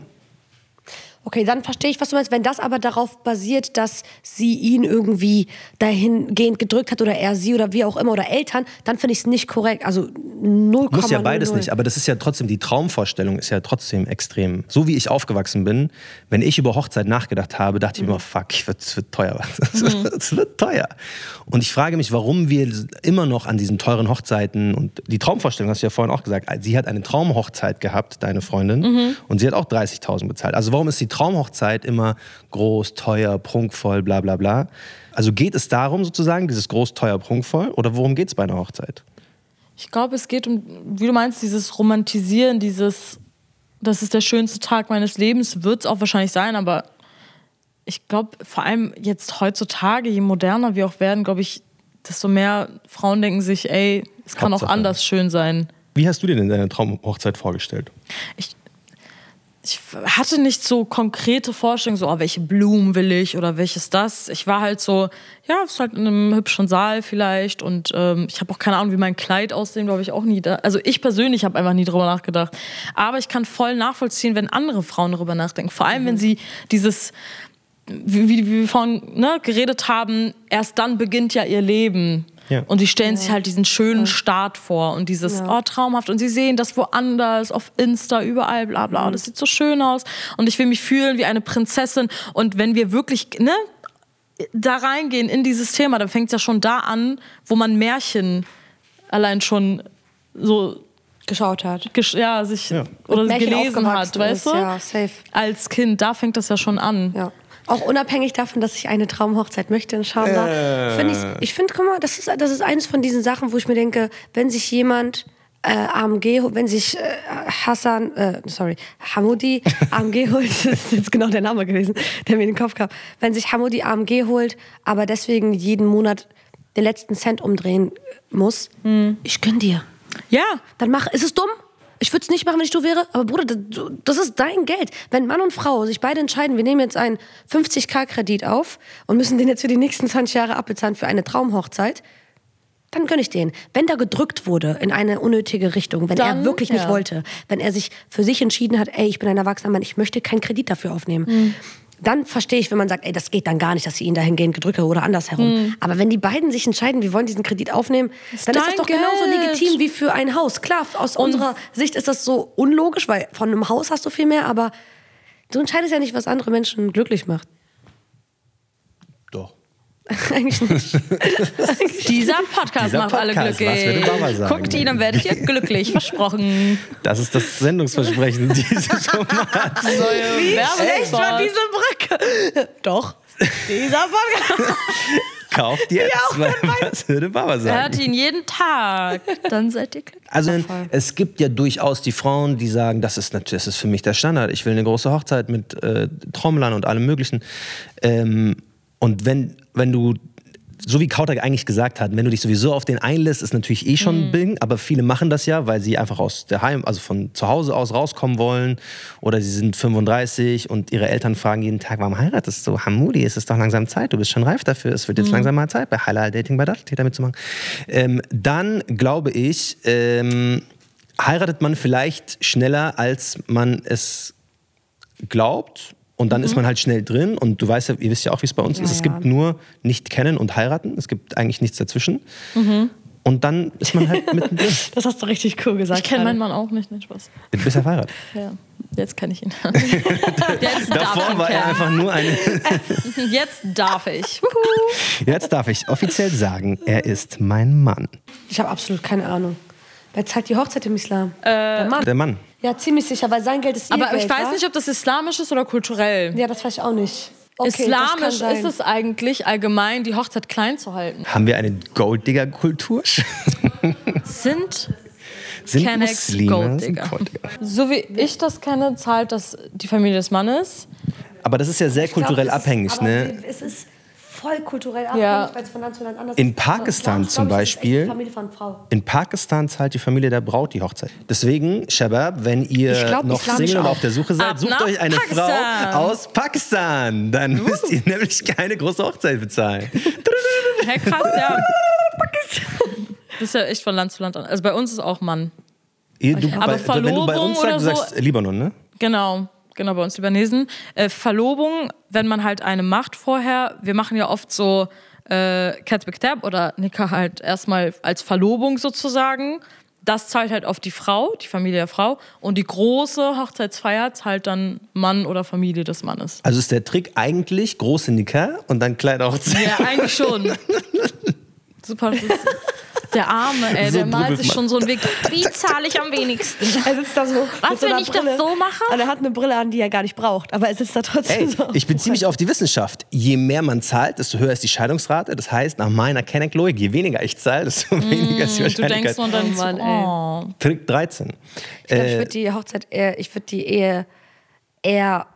Okay, dann verstehe ich, was du meinst. Wenn das aber darauf basiert, dass sie ihn irgendwie dahingehend gedrückt hat oder er sie oder wie auch immer oder Eltern, dann finde ich es nicht korrekt. Also 0,00. Muss ja beides nicht, aber das ist ja trotzdem, die Traumvorstellung ist ja trotzdem extrem. So wie ich aufgewachsen bin, wenn ich über Hochzeit nachgedacht habe, dachte ich immer, fuck, es wird teuer. Es wird teuer. Und ich frage mich, warum wir immer noch an diesen teuren Hochzeiten und die Traumvorstellung, hast du ja vorhin auch gesagt, sie hat eine Traumhochzeit gehabt, deine Freundin, und sie hat auch 30.000 bezahlt. Also warum ist die Traumhochzeit immer groß, teuer, prunkvoll, bla bla bla? Also geht es darum sozusagen, dieses groß, teuer, prunkvoll, oder worum geht es bei einer Hochzeit? Ich glaube, es geht um, wie du meinst, dieses Romantisieren, das ist der schönste Tag meines Lebens, wird es auch wahrscheinlich sein, aber ich glaube, vor allem jetzt heutzutage, je moderner wir auch werden, glaube ich, desto mehr Frauen denken sich, ey, es kann auch anders schön sein. Wie hast du dir denn deine Traumhochzeit vorgestellt? Ich hatte nicht so konkrete Vorstellungen, so, welche Blumen will ich oder welches das. Ich war halt so, ja, es ist halt in einem hübschen Saal vielleicht und ich habe auch keine Ahnung, wie mein Kleid aussehen, glaube ich auch nie. Also ich persönlich habe einfach nie drüber nachgedacht. Aber ich kann voll nachvollziehen, wenn andere Frauen darüber nachdenken. Vor allem, wenn sie dieses, wie wir vorhin geredet haben, erst dann beginnt ja ihr Leben. Ja. Und sie stellen sich halt diesen schönen Start vor und dieses, traumhaft. Und sie sehen das woanders, auf Insta, überall, bla bla. Das sieht so schön aus. Und ich will mich fühlen wie eine Prinzessin. Und wenn wir wirklich da reingehen in dieses Thema, dann fängt es ja schon da an, wo man Märchen allein schon so geschaut hat. Oder gelesen hat, weißt du? Ja, safe. Als Kind, da fängt das ja schon an. Ja. Auch unabhängig davon, dass ich eine Traumhochzeit möchte, inshallah. Ich finde, guck mal, das ist eines von diesen Sachen, wo ich mir denke, wenn sich jemand wenn sich Hamoudi AMG holt, das ist jetzt genau der Name gewesen, der mir in den Kopf kam, wenn sich Hamoudi AMG holt, aber deswegen jeden Monat den letzten Cent umdrehen muss, ich gönn dir. Ja. Dann ist es dumm? Ich würde es nicht machen, wenn ich du wäre, aber Bruder, das ist dein Geld. Wenn Mann und Frau sich beide entscheiden, wir nehmen jetzt einen 50.000-Kredit auf und müssen den jetzt für die nächsten 20 Jahre abbezahlen für eine Traumhochzeit, dann gönne ich den. Wenn da gedrückt wurde in eine unnötige Richtung, wenn er wirklich nicht wollte, wenn er sich für sich entschieden hat, ey, ich bin ein erwachsener Mann, ich möchte keinen Kredit dafür aufnehmen, dann verstehe ich, wenn man sagt, ey, das geht dann gar nicht, dass sie ihn dahingehend gedrückt oder andersherum. Aber wenn die beiden sich entscheiden, wir wollen diesen Kredit aufnehmen, dann ist das doch genauso legitim wie für ein Haus. Klar, aus unserer Sicht ist das so unlogisch, weil von einem Haus hast du viel mehr, aber du entscheidest ja nicht, was andere Menschen glücklich macht. Eigentlich nicht. Dieser Podcast Dieser macht alle Podcast, was würde glücklich. Mama sagen? Guckt ihn, dann werdet ihr glücklich. Versprochen. Das ist das Sendungsversprechen dieses Formats. Neue Schlecht war Werbespot. diese Brücke. Doch. Dieser Podcast. Kauft dir zwei, was würde Mama sagen? Hört ihn jeden Tag. Dann seid ihr glücklich. Also es gibt ja durchaus die Frauen, die sagen, das ist für mich der Standard. Ich will eine große Hochzeit mit Trommlern und allem Möglichen. Und wenn du, so wie Kauter eigentlich gesagt hat, wenn du dich sowieso auf den einlässt, ist natürlich schon ein Ding, aber viele machen das ja, weil sie einfach aus der also von zu Hause aus rauskommen wollen oder sie sind 35 und ihre Eltern fragen jeden Tag, warum heiratest du? Hamudi, es ist doch langsam Zeit, du bist schon reif dafür, es wird jetzt langsam mal Zeit, bei Halal Dating, bei Dating mitzumachen. Dann glaube ich, heiratet man vielleicht schneller, als man es glaubt. Und dann ist man halt schnell drin und du weißt ja, ihr wisst ja auch, wie es bei uns ist. Es gibt nur nicht kennen und heiraten. Es gibt eigentlich nichts dazwischen. Und dann ist man halt mittendrin. Das hast du richtig cool gesagt. Ich kenne meinen Mann auch nicht, Spaß. Du bist ja verheiratet. Ja, jetzt kenne ich ihn. Jetzt Davor war er einfach nur eine... Jetzt darf ich. Jetzt darf ich offiziell sagen, er ist mein Mann. Ich habe absolut keine Ahnung. Wer zahlt die Hochzeit im Islam? Der Mann. Der Mann. Ja, ziemlich sicher, weil sein Geld ist ihr Aber Geld, ich weiß wa? nicht, ob das islamisch ist oder kulturell. Ja, das weiß ich auch nicht. Okay, das Islamisch kann sein. ist es eigentlich allgemein, die Hochzeit klein zu halten. Haben wir eine Golddigger-Kultur? Sind Kennex Muslime Golddigger. Golddigger. So wie ich das kenne, zahlt das die Familie des Mannes. Aber das ist ja sehr Ich glaub, kulturell das ist- abhängig, aber ne? Es ist voll kulturell abhängig, Ja. weil es von Land zu Land anders In ist. Pakistan Ich zum glaub, es ist echt Beispiel- die Familie von Frau. In Pakistan zahlt die Familie der Braut die Hochzeit. Deswegen, Shabab, wenn ihr Ich glaub, noch islamisch Single und auch. auf der Suche seid, Ab sucht nach euch eine Pakistan. Frau aus Pakistan. Dann müsst ihr nämlich keine große Hochzeit bezahlen. Hey, krass, ja. Das ist ja echt von Land zu Land an. Also bei uns ist auch Mann. Wenn du bei Verlobung uns oder sagst, du sagst Libanon, ne? Genau, bei uns Libanesen. Verlobung, wenn man halt eine macht vorher, wir machen ja oft so Katb Ktab oder Nikah halt erstmal als Verlobung sozusagen. Das zahlt halt auf die Frau, die Familie der Frau. Und die große Hochzeitsfeier zahlt dann Mann oder Familie des Mannes. Also ist der Trick eigentlich große Nikah und dann kleine Hochzeit. Ja, eigentlich schon. Super. Das ist der Arme, ey, So der malt grübelt sich man. schon so einen Weg. Wie zahle ich am wenigsten? Er sitzt da so. Was, mit so wenn einer ich das Brille. so mache? Und er hat eine Brille an, die er gar nicht braucht. Aber er sitzt da trotzdem Ey, so. ich bin ziemlich auf die Wissenschaft. Je mehr man zahlt, desto höher ist die Scheidungsrate. Das heißt, nach meiner Kenneck-Logik, je weniger ich zahle, desto weniger ist die Du denkst Wahrscheinlichkeit. nur dann Oh Mann, oh. Trick 13. Ich glaube, ich würde die Hochzeit ich würde die Ehe eher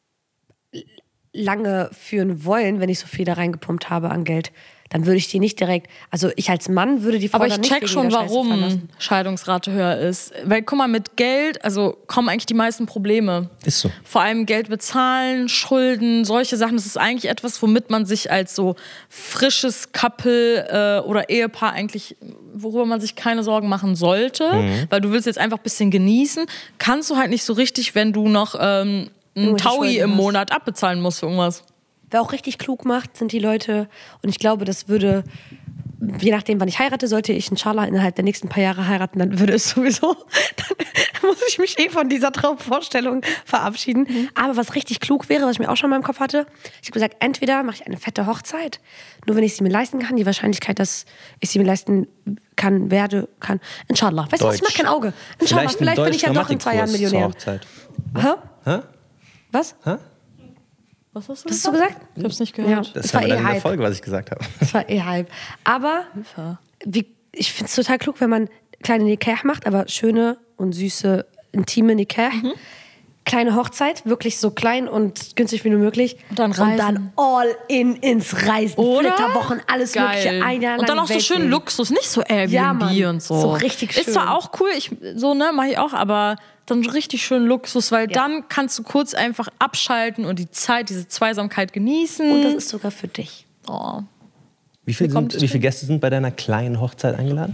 lange führen wollen, wenn ich so viel da reingepumpt habe an Geld. Dann würde ich die nicht direkt, also ich als Mann würde die Frau Aber ich dann nicht check wegen schon, der Scheiße warum verlassen. Scheidungsrate höher ist. Weil, guck mal, mit Geld, also kommen eigentlich die meisten Probleme. Ist so. Vor allem Geld bezahlen, Schulden, solche Sachen. Das ist eigentlich etwas, womit man sich als so frisches Couple oder Ehepaar eigentlich, worüber man sich keine Sorgen machen sollte. Weil du willst jetzt einfach ein bisschen genießen. Kannst du halt nicht so richtig, wenn du noch einen Irgendwelche Taui Schulden im hast. Monat abbezahlen musst für irgendwas. Wer auch richtig klug macht, sind die Leute. Und ich glaube, das würde, je nachdem, wann ich heirate, sollte ich inshallah innerhalb der nächsten paar Jahre heiraten, dann würde es sowieso, dann muss ich mich von dieser Traumvorstellung verabschieden. Aber was richtig klug wäre, was ich mir auch schon in meinem Kopf hatte, ich habe gesagt, entweder mache ich eine fette Hochzeit, nur wenn ich sie mir leisten kann, die Wahrscheinlichkeit, dass ich sie mir leisten kann, inshallah. Weißt du was, ich mach kein Auge. Inshallah, vielleicht bin ich ja doch in 2 Jahren Millionär. Hochzeit. Hä? Hä? Was? Was hast Was hast du gesagt? Ich hab's nicht Ja, gehört. Das war war dann in der Hype. Folge, was ich gesagt habe. Das war Hype. Aber ich finde es total klug, wenn man kleine Nikah macht, aber schöne und süße, intime Nikah. Kleine Hochzeit, wirklich so klein und günstig wie nur möglich. Und dann Reisen. all in ins Reisen. Oder? Flitterwochen, alles Mögliche. Ein Jahr lang Und dann auch so Welt schön sehen. Luxus, nicht so Airbnb Ja, Mann. und so. So richtig schön. Ist zwar auch cool, mach ich auch, aber dann richtig schön Luxus, weil dann kannst du kurz einfach abschalten und die Zeit, diese Zweisamkeit genießen. Und das ist sogar für dich. Oh. Wie viele Gäste sind bei deiner kleinen Hochzeit eingeladen?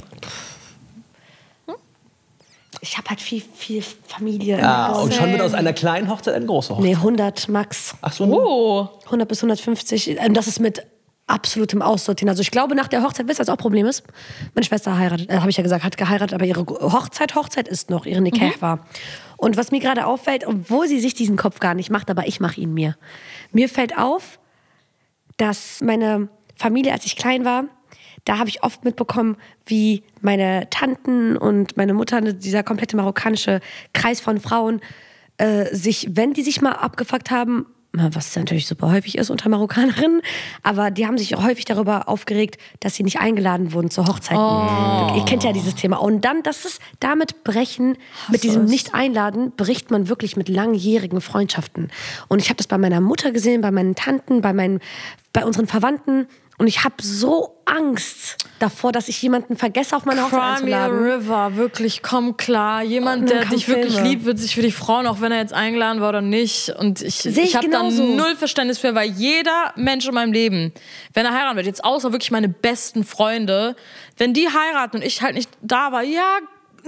Ich habe halt viel Familie. Und schon wird aus einer kleinen Hochzeit eine große Hochzeit. Nee, 100 max. Ach so. Oh. 100 bis 150. Das ist mit absolutem Aussortieren. Also ich glaube, nach der Hochzeit, wisst ihr, was auch Problem ist? Meine Schwester heiratet, habe ich ja gesagt, hat geheiratet, aber ihre Hochzeit ist noch, ihre Nikah war. Und was mir gerade auffällt, obwohl sie sich diesen Kopf gar nicht macht, aber ich mache ihn mir. Mir fällt auf, dass meine Familie, als ich klein war, da habe ich oft mitbekommen, wie meine Tanten und meine Mutter, dieser komplette marokkanische Kreis von Frauen, wenn die sich mal abgefuckt haben, was natürlich super häufig ist unter Marokkanerinnen, aber die haben sich häufig darüber aufgeregt, dass sie nicht eingeladen wurden zur Hochzeit. Ihr kennt ja dieses Thema. Und dann, mit diesem Nicht-Einladen, bricht man wirklich mit langjährigen Freundschaften. Und ich habe das bei meiner Mutter gesehen, bei meinen Tanten, bei unseren Verwandten. Und ich habe so Angst davor, dass ich jemanden vergesse, auf meine Hochzeit einzuladen. River, wirklich, komm klar. Jemand, der dich wirklich liebt, wird sich für dich freuen, auch wenn er jetzt eingeladen war oder nicht. Und ich habe da null Verständnis für, weil jeder Mensch in meinem Leben, wenn er heiraten wird, jetzt außer wirklich meine besten Freunde, wenn die heiraten und ich halt nicht da war, ja,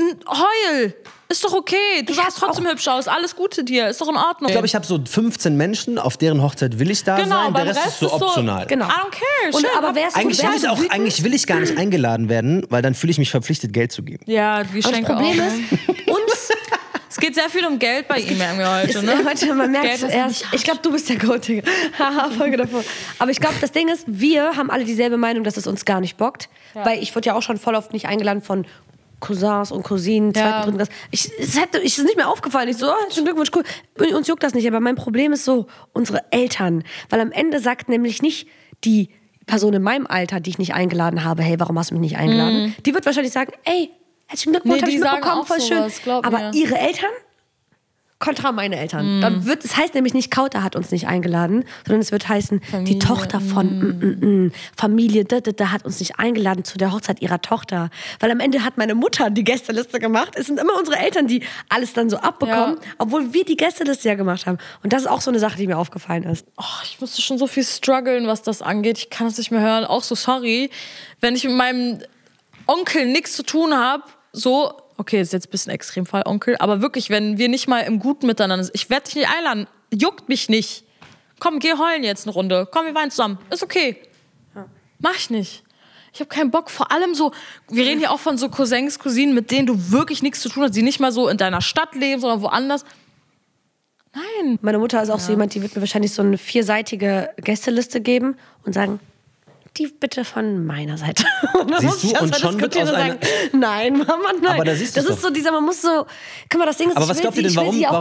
heul. Ist doch okay. Du sahst trotzdem hübsch aus. Alles Gute dir. Ist doch in Ordnung. Ich glaube, ich habe so 15 Menschen, auf deren Hochzeit will ich da sein. Der Rest ist so optional. Genau. I don't care. Aber eigentlich will ich gar nicht eingeladen werden, weil dann fühle ich mich verpflichtet, Geld zu geben. Ja, die Geschenke auch. Das Problem ist, uns... Es geht sehr viel um Geld bei ihm irgendwie heute, ne? Heute, man merkt es erst. Ich glaube, du bist der Goatige. Haha, Folge davor. Aber ich glaube, das Ding ist, wir haben alle dieselbe Meinung, dass es uns gar nicht bockt. Ja. Weil ich wurde ja auch schon voll oft nicht eingeladen von Cousins und Cousinen, zweiten, dritten Klasse. Es ist nicht mehr aufgefallen. Ich so, herzlichen Glückwunsch, cool. Uns juckt das nicht. Aber mein Problem ist so, unsere Eltern. Weil am Ende sagt nämlich nicht die Person in meinem Alter, die ich nicht eingeladen habe, hey, warum hast du mich nicht eingeladen? Die wird wahrscheinlich sagen, ey, herzlichen Glückwunsch, hab ich mitbekommen, voll schön. Aber ihre Eltern? Kontra meine Eltern. Dann es heißt nämlich nicht, Kauter hat uns nicht eingeladen, sondern es wird heißen, Familie, die Tochter von Familie hat uns nicht eingeladen zu der Hochzeit ihrer Tochter. Weil am Ende hat meine Mutter die Gästeliste gemacht. Es sind immer unsere Eltern, die alles dann so abbekommen, obwohl wir die Gästeliste ja gemacht haben. Und das ist auch so eine Sache, die mir aufgefallen ist. Oh, ich musste schon so viel strugglen, was das angeht. Ich kann es nicht mehr hören. Auch so sorry, wenn ich mit meinem Onkel nichts zu tun habe, so... Okay, ist jetzt ein bisschen Extremfall, Onkel. Aber wirklich, wenn wir nicht mal im Guten miteinander sind. Ich werde dich nicht einladen. Juckt mich nicht. Komm, geh heulen jetzt eine Runde. Komm, wir weinen zusammen. Ist okay. Ja. Mach ich nicht. Ich habe keinen Bock. Vor allem so, wir reden hier auch von so Cousins, Cousinen, mit denen du wirklich nichts zu tun hast, die nicht mal so in deiner Stadt leben, sondern woanders. Nein. Meine Mutter ist auch so jemand, die wird mir wahrscheinlich so eine 4-seitige Gästeliste geben und sagen... Die bitte von meiner Seite. Und dann siehst du, und schon wird aus einer... Nein, Mama, nein. Aber da siehst du das ist so dieser, man muss so... Guck mal, das Ding ist, aber was glaubt ihr denn,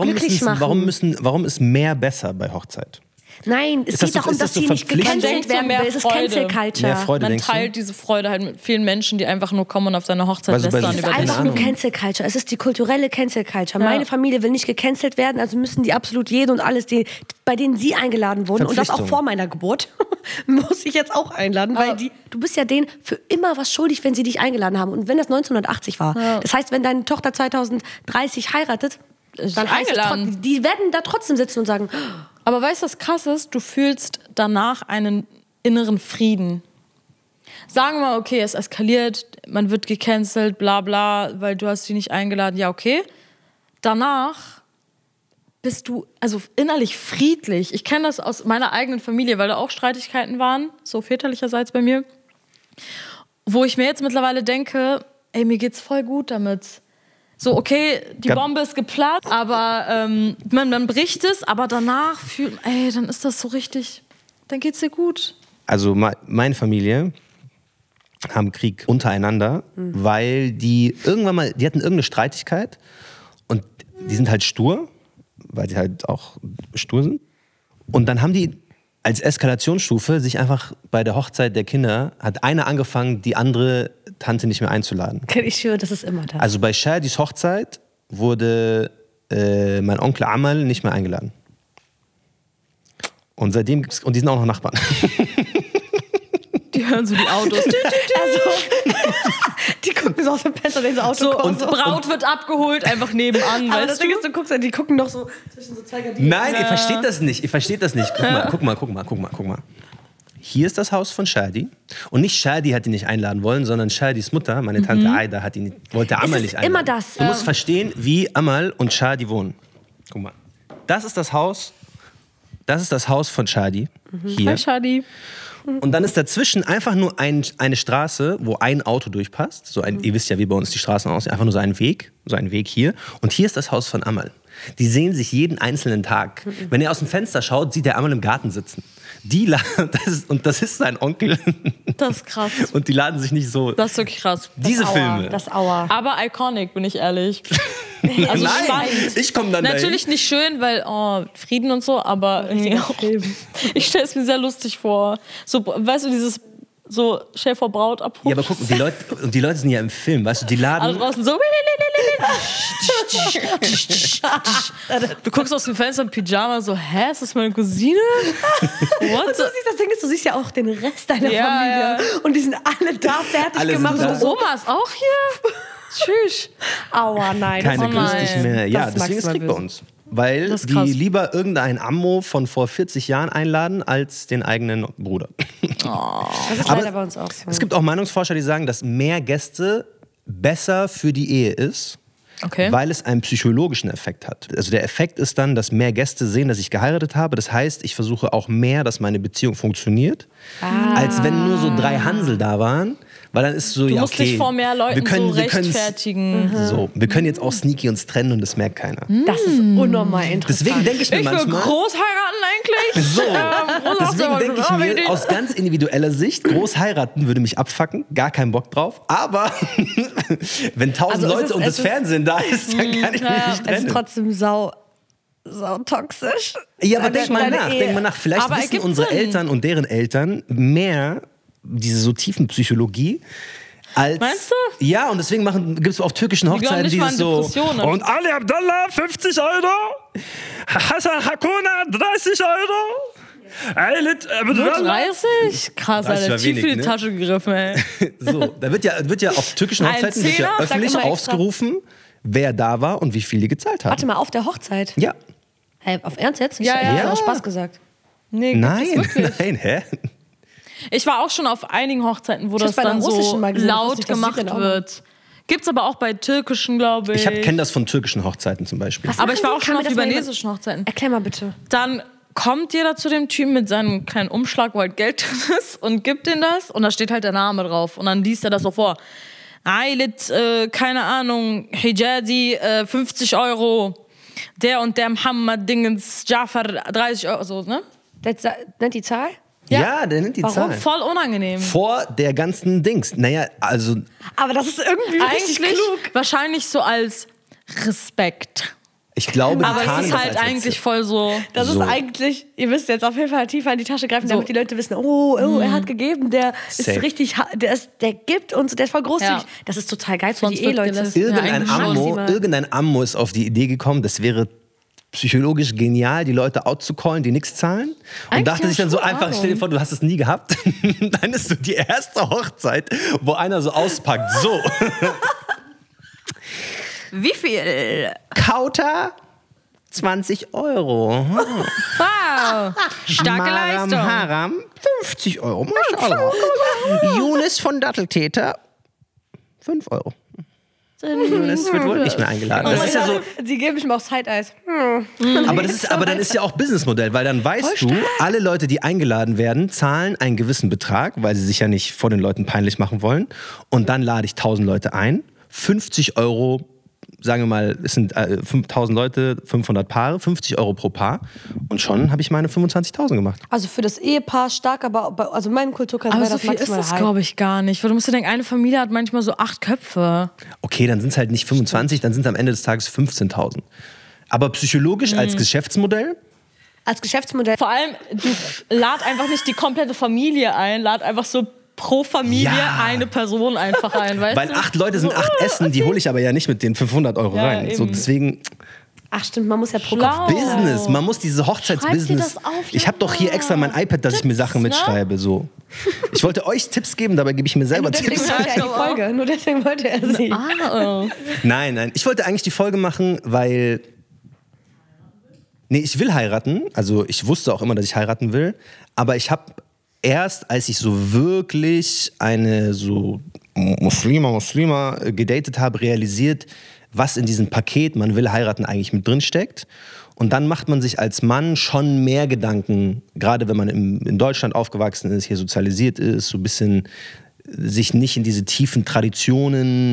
warum ist mehr besser bei Hochzeit? Nein, es geht darum, dass sie nicht gecancelt werden will. Es ist Cancel Culture. Mehr Freude, man teilt diese Freude halt mit vielen Menschen, die einfach nur kommen und auf deine Hochzeit lästern. Es ist einfach nur Cancel Culture. Es ist die kulturelle Cancel Culture. Ja. Meine Familie will nicht gecancelt werden, also müssen die absolut jede und alles, bei denen sie eingeladen wurden, und das auch vor meiner Geburt, muss ich jetzt auch einladen, weil du bist ja denen für immer was schuldig, wenn sie dich eingeladen haben. Und wenn das 1980 war, das heißt, wenn deine Tochter 2030 heiratet, dann heißt es, die werden da trotzdem sitzen und sagen... Aber weißt du, was krass ist? Du fühlst danach einen inneren Frieden. Sagen wir mal, okay, es eskaliert, man wird gecancelt, bla bla, weil du hast sie nicht eingeladen. Ja, okay. Danach bist du also innerlich friedlich. Ich kenne das aus meiner eigenen Familie, weil da auch Streitigkeiten waren, so väterlicherseits bei mir, wo ich mir jetzt mittlerweile denke, ey, mir geht's voll gut damit. So, okay, die Bombe ist geplatzt, aber man bricht es, aber danach dann ist das so richtig, dann geht's dir gut. Also meine Familie haben Krieg untereinander, weil die irgendwann mal, die hatten irgendeine Streitigkeit und die sind halt stur, weil sie halt auch stur sind. Und dann haben die als Eskalationsstufe sich einfach bei der Hochzeit der Kinder, hat eine angefangen, die andere Tante nicht mehr einzuladen. Ich schwöre, das ist immer da. Also bei Shadis Hochzeit wurde mein Onkel Amal nicht mehr eingeladen. Und seitdem gibt's, und die sind auch noch Nachbarn. Die hören so die Autos. Die gucken so aus dem Fenster, wenn so Auto kommt. Und Braut wird abgeholt, einfach nebenan. Aber das Ding ist, du guckst, die gucken noch so zwischen so zwei Gardinen. Nein, ihr versteht das nicht. Guck mal. Hier ist das Haus von Shadi. Und nicht Shadi hat ihn nicht einladen wollen, sondern Shadis Mutter, meine Tante Aida, wollte Amal nicht einladen. Immer das. Du musst verstehen, wie Amal und Shadi wohnen. Guck mal. Das ist das Haus von Shadi. Hier. Hi, Shadi. Und dann ist dazwischen einfach nur eine Straße, wo ein Auto durchpasst. Ihr wisst ja, wie bei uns die Straßen aussehen. Einfach nur so ein Weg hier. Und hier ist das Haus von Amal. Die sehen sich jeden einzelnen Tag. Wenn er aus dem Fenster schaut, sieht er einmal im Garten sitzen. Das ist sein Onkel. Das ist krass. Und die laden sich nicht so. Das ist wirklich krass. Diese Filme. Das Aua. Aber iconic, bin ich ehrlich. Also Nein, spannend. ich komme dann Natürlich nicht schön, weil Frieden und so, aber irgendwie auch. Ich stelle es mir sehr lustig vor. So, weißt du, dieses so Schäfer Braut abholen. Ja, aber guck, die Leute sind ja im Film, weißt du, die laden. Alle draußen so. Du guckst aus dem Fenster im Pyjama so, hä, ist das meine Cousine? What? Und das Ding ist, du siehst ja auch den Rest deiner Ja, Familie. ja. Und die sind alle da fertig Alle sind gemacht. da. Und so, Oma ist auch hier? Tschüss. aua, nein. Keine Oh grüß nein. dich mehr. Ja, Das deswegen ist magst du Krieg mal bei uns. Weil Das ist die krass. lieber irgendeinen Ammo von vor 40 Jahren einladen, als den eigenen Bruder. Das ist Aber leider bei uns auch so. Es gibt auch Meinungsforscher, die sagen, dass mehr Gäste besser für die Ehe ist, Okay. weil es einen psychologischen Effekt hat. Also der Effekt ist dann, dass mehr Gäste sehen, dass ich geheiratet habe. Das heißt, ich versuche auch mehr, dass meine Beziehung funktioniert, als wenn nur so 3 Hansel da waren. Weil dann ist so, Du ja, musst okay, dich vor mehr Leuten so wir können's- rechtfertigen. So, wir können jetzt auch sneaky uns trennen und das merkt keiner. Das ist unnormal interessant. Deswegen denke ich mir Ich will manchmal... groß heiraten eigentlich. So, groß deswegen heiraten, denke ich aber mir, die- aus ganz individueller Sicht, groß heiraten würde mich abfacken, gar keinen Bock drauf. Aber wenn 1000 Also es Leute ist- und es das ist- Fernsehen da ist, dann kann ich mich nicht Es ist trennen. trotzdem sau toxisch. Ja, aber Deine- denk mal deine nach, Ehe. denk mal nach. Vielleicht Aber wissen ergibt unsere Sinn. Eltern und deren Eltern mehr diese so tiefen Psychologie als... Meinst du? Ja, und deswegen gibt es auf türkischen glauben Hochzeiten nicht mal dieses an so... Depressionen. Und Ali Abdallah, 50 Euro. Hassan Hakuna, 30 Euro. Eilit Abdallah. 30? Krass, 30 Alter. war Tief in wenig, die ne? Tasche gegriffen, ey. So, da wird ja auf türkischen Ein Hochzeiten wird ja Zehner, sag öffentlich immer extra. ausgerufen, wer da war und wie viel die gezahlt haben. Warte mal, auf der Hochzeit. Ja. Hey, auf Ernst jetzt? Ja, Ich hab ja. aus Spaß gesagt. Nee, gibt es Nein, wirklich. nein, hä? Ich war auch schon auf einigen Hochzeiten, wo Ich das hab's bei der dann so russischen mal gesehen, laut wusste ich, das gemacht sieht dann auch wird. Gibt's aber auch bei türkischen, glaube ich. Ich kenne das von türkischen Hochzeiten zum Beispiel. Was Aber ich war machen auch die? schon Kann auf mir das mal libanesischen Hochzeiten. Erklär mal bitte. Dann kommt jeder zu dem Typen mit seinem kleinen Umschlag, wo halt Geld drin ist, und gibt ihm das. Und da steht halt der Name drauf. Und dann liest er das so vor. Ailit, keine Ahnung, Hijazi, 50 Euro. Der und der Muhammad Dingens, Jafar, 30 Euro. So, ne? Der nennt die Zahl? Ja, der nimmt die Warum? Zahl. Voll unangenehm. Vor der ganzen Dings. Naja, also Aber das ist irgendwie richtig Eigentlich klug. wahrscheinlich so als Respekt. ich glaube, die Aber es tarnen ist das halt als eigentlich Rezept. voll so. Das So. ist eigentlich, ihr müsst jetzt auf jeden Fall tiefer in die Tasche greifen, damit die Leute wissen, oh, er hat gegeben, der Safe. ist richtig, der gibt uns, der ist voll großzügig. Ja. Das ist total geil für Sonst die wird Eheleute. gelassen. Irgendein, Ja, eigentlich Ammo, irgendein Ammo ist auf die Idee gekommen, das wäre psychologisch genial, die Leute outzucallen, die nichts zahlen. Und Eigentlich dachte sich dann so schon, einfach, stell dir vor, du hast es nie gehabt. Dann ist so die erste Hochzeit, wo einer so auspackt. So, Wie viel? Kauter 20 Euro. Wow. Starke Maram Leistung. Haram 50 Euro. Maschallah. Yunis von Datteltäter 5 Euro. Yunis wird wohl nicht mehr eingeladen. Das ist ja so, Sie geben mir auch Side-Eyes. aber dann ist ja auch Businessmodell, weil dann weißt du, alle Leute, die eingeladen werden, zahlen einen gewissen Betrag, weil sie sich ja nicht vor den Leuten peinlich machen wollen. Und dann lade ich 1000 Leute ein, 50 Euro, sagen wir mal, es sind 5000 Leute, 500 Paare, 50 Euro pro Paar. Und schon habe ich meine 25.000 gemacht. Also für das Ehepaar stark, aber also in meinem Kulturkreis Aber wäre so das viel ist maximal das, halb. glaube ich, gar nicht. Weil du musst dir denken, eine Familie hat manchmal so 8 Köpfe. Okay, dann sind es halt nicht 25, dann sind es am Ende des Tages 15.000. Aber psychologisch als Geschäftsmodell, Als Geschäftsmodell. Vor allem, du lad einfach nicht die komplette Familie ein, lad einfach so pro Familie Ja. eine Person einfach ein, weißt weil du? 8 Leute sind 8 Essen, die hole ich aber ja nicht mit den 500 Euro Ja, rein. So, eben. deswegen Ach stimmt, man muss ja pro Schlau. Kopf. Business, man muss diese Schreib dir Hochzeitsbusiness. das auf, Ich habe doch hier extra mein iPad, dass ich mir Sachen Tipps, ne? mitschreibe. So. Ich wollte euch Tipps geben, dabei gebe ich mir selber Deswegen Tipps. wollte er die Folge. Nur deswegen wollte er sie. Oh. Nein, ich wollte eigentlich die Folge machen, weil... Nee, ich will heiraten. Also ich wusste auch immer, dass ich heiraten will. Aber ich habe erst, als ich so wirklich eine so Muslima gedatet habe, realisiert, was in diesem Paket "man will heiraten" eigentlich mit drin steckt. Und dann macht man sich als Mann schon mehr Gedanken, gerade wenn man in Deutschland aufgewachsen ist, hier sozialisiert ist, so ein bisschen sich nicht in diese tiefen Traditionen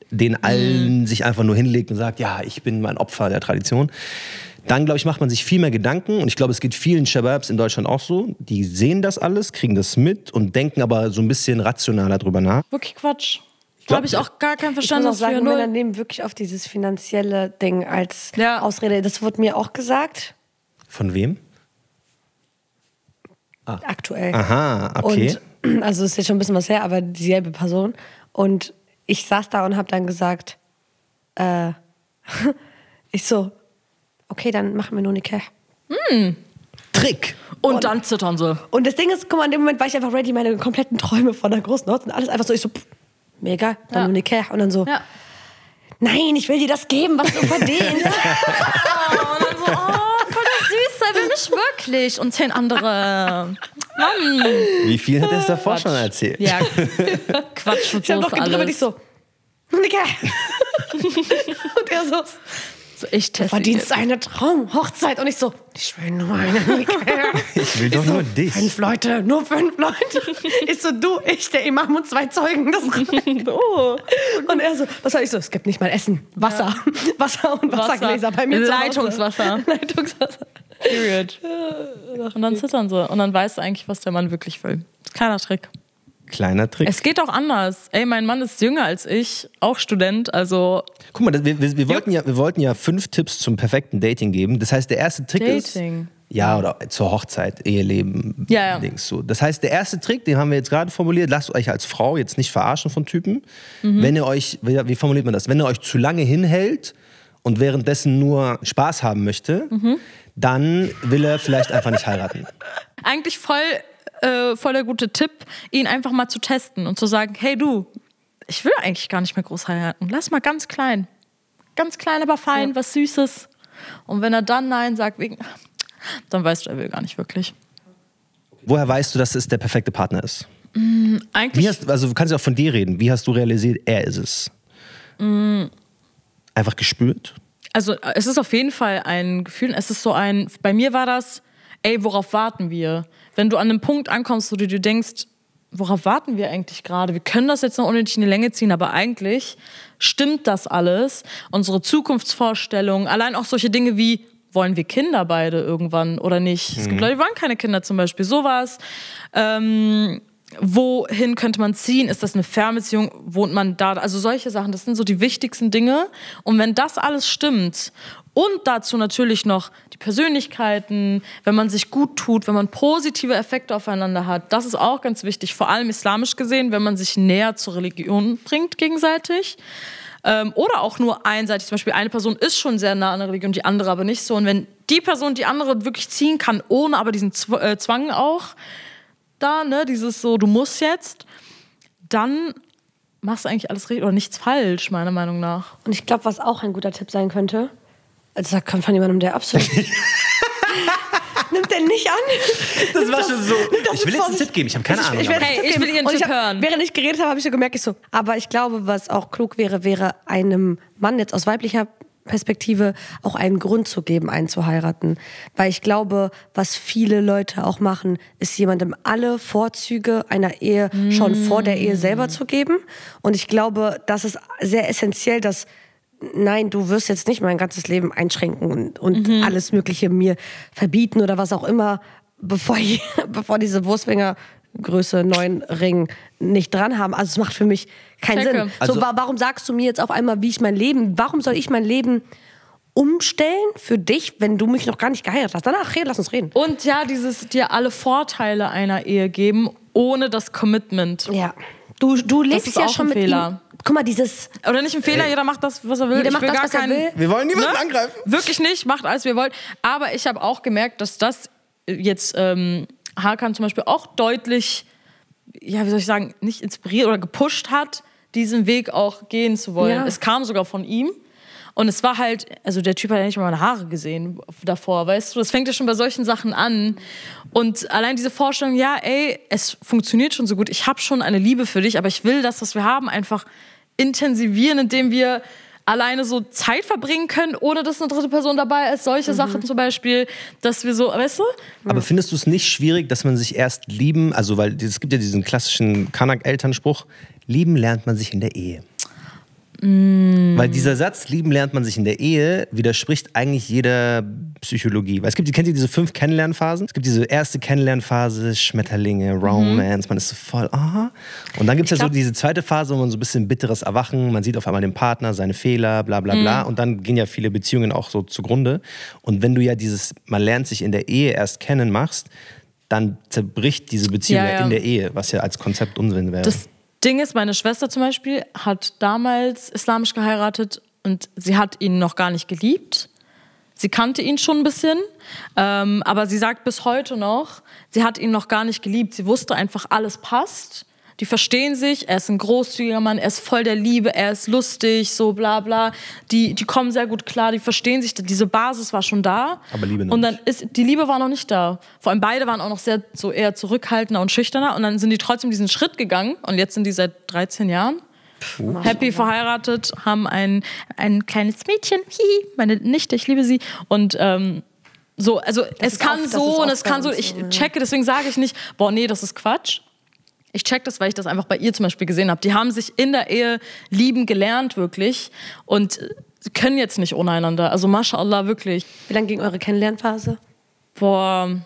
den allen sich einfach nur hinlegt und sagt, ja, ich bin mein Opfer der Tradition. Dann, glaube ich, macht man sich viel mehr Gedanken und ich glaube, es geht vielen Shababs in Deutschland auch so. Die sehen das alles, kriegen das mit und denken aber so ein bisschen rationaler drüber nach. Wirklich Quatsch. Da habe ich auch gar kein Verständnis ich muss auch sagen, für. Männer nehmen wirklich auf dieses finanzielle Ding als Ja. Ausrede. Das wurde mir auch gesagt. Von wem? Aktuell. Aha, okay. Und, also ist jetzt schon ein bisschen was her, aber dieselbe Person. Und ich saß da und habe dann gesagt, ich so, okay, dann machen wir nur Nikah. Trick! Und dann zittern sie. Und das Ding ist, guck mal, in dem Moment war ich einfach ready, meine kompletten Träume von der großen Hochzeit und alles einfach so, ich so, mir egal, dann nur Nikah. Und dann so, Ja. nein, ich will dir das geben, was du verdienst. Und dann so, voll süß, er will mich wirklich. Und 10 andere. Mann. Wie viel hat er es davor schon erzählt? Ja, Quatsch und Ich habe so noch ist gedribbelt, alles. ich so, Nikah. Und er so, So, ich du teste verdienst eine Traumhochzeit. Und ich so, ich will nur eine Nikah. Ich will doch nur dich. 5 Leute, nur 5 Leute. Ich so, du, ich, der Imam und 2 Zeugen. Das Und er so, was soll ich so? Es gibt nicht mal Essen. Wasser. Wasser und Wassergläser bei mir zu Hause. Leitungswasser. Leitungswasser. Period. Und dann zittern sie. Und dann weißt du eigentlich, was der Mann wirklich will. Kleiner Trick. Kleiner Trick. Es geht auch anders. Ey, mein Mann ist jünger als ich, auch Student, also Guck mal, wir wollten ja 5 Tipps zum perfekten Dating geben. Das heißt, der erste Trick Dating. ist... Ja, oder zur Hochzeit, Eheleben, Ja. Dings so. Das heißt, der erste Trick, den haben wir jetzt gerade formuliert, lasst euch als Frau jetzt nicht verarschen von Typen. Wenn ihr euch, wie formuliert man das? Wenn ihr euch zu lange hinhält und währenddessen nur Spaß haben möchte, dann will er vielleicht einfach nicht heiraten. eigentlich voll der gute Tipp, ihn einfach mal zu testen und zu sagen, hey du, ich will eigentlich gar nicht mehr groß heiraten. Lass mal ganz klein. Ganz klein, aber fein, was Süßes. Und wenn er dann Nein sagt, dann weißt du, er will gar nicht wirklich. Woher weißt du, dass es der perfekte Partner ist? Eigentlich, Du kannst ja auch von dir reden. Wie hast du realisiert, er ist es? Einfach gespürt? also es ist auf jeden Fall ein Gefühl, es ist so bei mir war das, ey, worauf warten wir? Wenn du an einem Punkt ankommst, wo du dir denkst, worauf warten wir eigentlich gerade? Wir können das jetzt noch unnötig in die Länge ziehen, aber eigentlich stimmt das alles. Unsere Zukunftsvorstellungen, allein auch solche Dinge wie, wollen wir Kinder beide irgendwann oder nicht? Es gibt Leute, die wollen keine Kinder zum Beispiel, sowas. Wohin könnte man ziehen? Ist das eine Fernbeziehung? Wohnt man da? Also solche Sachen, das sind so die wichtigsten Dinge. Und wenn das alles stimmt und dazu natürlich noch die Persönlichkeiten, wenn man sich gut tut, wenn man positive Effekte aufeinander hat, das ist auch ganz wichtig, vor allem islamisch gesehen, wenn man sich näher zur Religion bringt gegenseitig. Oder auch nur einseitig, zum Beispiel eine Person ist schon sehr nah an der Religion, die andere aber nicht so. Und wenn die Person die andere wirklich ziehen kann, ohne aber diesen Zwang auch, da, ne, dieses so, du musst jetzt, dann machst du eigentlich alles richtig oder nichts falsch, meiner Meinung nach. Und ich glaube, was auch ein guter Tipp sein könnte, also das kommt von jemandem, der absolut... Nimmt der nicht an? Das war schon so. Ich will jetzt einen Vorsicht. Tipp geben, ich habe keine Ahnung. Ich will Ihren Und Tipp hören. Während ich geredet habe, habe ich so gemerkt, aber ich glaube, was auch klug wäre einem Mann jetzt aus weiblicher Perspektive auch einen Grund zu geben, einen zu heiraten. Weil ich glaube, was viele Leute auch machen, ist jemandem alle Vorzüge einer Ehe schon vor der Ehe selber zu geben. Und ich glaube, das ist sehr essentiell, dass nein, du wirst jetzt nicht mein ganzes Leben einschränken und alles Mögliche mir verbieten oder was auch immer, bevor diese Wurstfinger Größe 9 Ring nicht dran haben. Also es macht für mich keinen Sinn. Also, so, warum sagst du mir jetzt auf einmal, warum soll ich mein Leben umstellen für dich, wenn du mich noch gar nicht geheiratet hast? Danach, lass uns reden. Und ja, dieses dir alle Vorteile einer Ehe geben, ohne das Commitment. Ja. Du lebst ist ja auch schon ein mit Fehler. ihm. Guck mal, dieses... Oder nicht ein Fehler, jeder macht das, was er will. Jeder Ich macht will das, gar was er keinen, will. Wir wollen niemanden angreifen. Wirklich nicht, macht alles, wie ihr wollt. Aber ich habe auch gemerkt, dass das jetzt Hakan zum Beispiel auch deutlich, ja, wie soll ich sagen, nicht inspiriert oder gepusht hat, diesen Weg auch gehen zu wollen. Ja. Es kam sogar von ihm. Und es war halt, also der Typ hat ja nicht mal meine Haare gesehen davor, weißt du? Das fängt ja schon bei solchen Sachen an. Und allein diese Vorstellung, ja, ey, es funktioniert schon so gut, ich habe schon eine Liebe für dich, aber ich will das, was wir haben, einfach intensivieren, indem wir alleine so Zeit verbringen können, ohne dass eine dritte Person dabei ist. Solche Sachen zum Beispiel, dass wir so, weißt du? Aber findest du es nicht schwierig, dass man sich erst lieben, also weil es gibt ja diesen klassischen Kanak-Elternspruch, lieben lernt man sich in der Ehe. Weil dieser Satz, lieben lernt man sich in der Ehe, widerspricht eigentlich jeder Psychologie. Weil kennt ihr diese 5 Kennenlernphasen? Es gibt diese erste Kennenlernphase, Schmetterlinge, Romance, man ist so voll, aha. Und dann gibt es ja so diese zweite Phase, wo man so ein bisschen bitteres Erwachen, man sieht auf einmal den Partner, seine Fehler, bla bla bla. Und dann gehen ja viele Beziehungen auch so zugrunde. Und wenn du ja man lernt sich in der Ehe erst kennen machst, dann zerbricht diese Beziehung in der Ehe, was ja als Konzept Unsinn wäre. Das Ding ist, meine Schwester zum Beispiel hat damals islamisch geheiratet und sie hat ihn noch gar nicht geliebt. Sie kannte ihn schon ein bisschen, aber sie sagt bis heute noch, sie hat ihn noch gar nicht geliebt. Sie wusste einfach, alles passt. Die verstehen sich, er ist ein großzügiger Mann, er ist voll der Liebe, er ist lustig, so bla bla. Die kommen sehr gut klar, die verstehen sich, diese Basis war schon da. Aber Liebe noch und dann die Liebe war noch nicht da. Vor allem beide waren auch noch sehr so eher zurückhaltender und schüchterner und dann sind die trotzdem diesen Schritt gegangen und jetzt sind die seit 13 Jahren happy verheiratet, haben ein kleines Mädchen, hihi, meine Nichte, ich liebe sie und so, also es kann so und es kann so, ich checke, deswegen sage ich nicht, boah nee, das ist Quatsch. Ich check das, weil ich das einfach bei ihr zum Beispiel gesehen habe. Die haben sich in der Ehe lieben gelernt, wirklich. Und sie können jetzt nicht ohne einander. Also Mashallah, wirklich. Wie lange ging eure Kennenlernphase? Boah,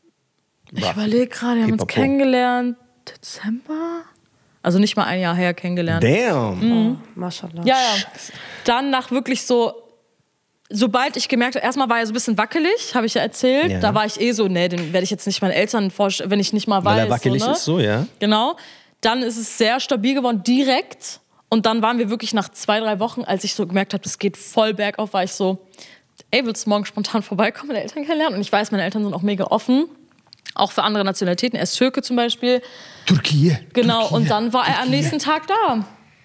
ich überlege gerade, wir haben uns kennengelernt Dezember? Also nicht mal ein Jahr her kennengelernt. Damn. Oh, Mashallah. Ja. Dann nach wirklich so... Sobald ich gemerkt habe, erstmal war er so ein bisschen wackelig, habe ich ja erzählt. Ja. Da war ich so, nee, den werde ich jetzt nicht meinen Eltern vorstellen, wenn ich nicht mal weiß. Weil er wackelig ist, so, ja. Genau. Dann ist es sehr stabil geworden, direkt. Und dann waren wir wirklich nach 2-3 Wochen, als ich so gemerkt habe, das geht voll bergauf, war ich so, ey, willst du morgen spontan vorbeikommen, meine Eltern kennenlernen? Und ich weiß, meine Eltern sind auch mega offen. Auch für andere Nationalitäten. Er ist Türke zum Beispiel. Türkei. Genau, und dann war er am nächsten Tag da.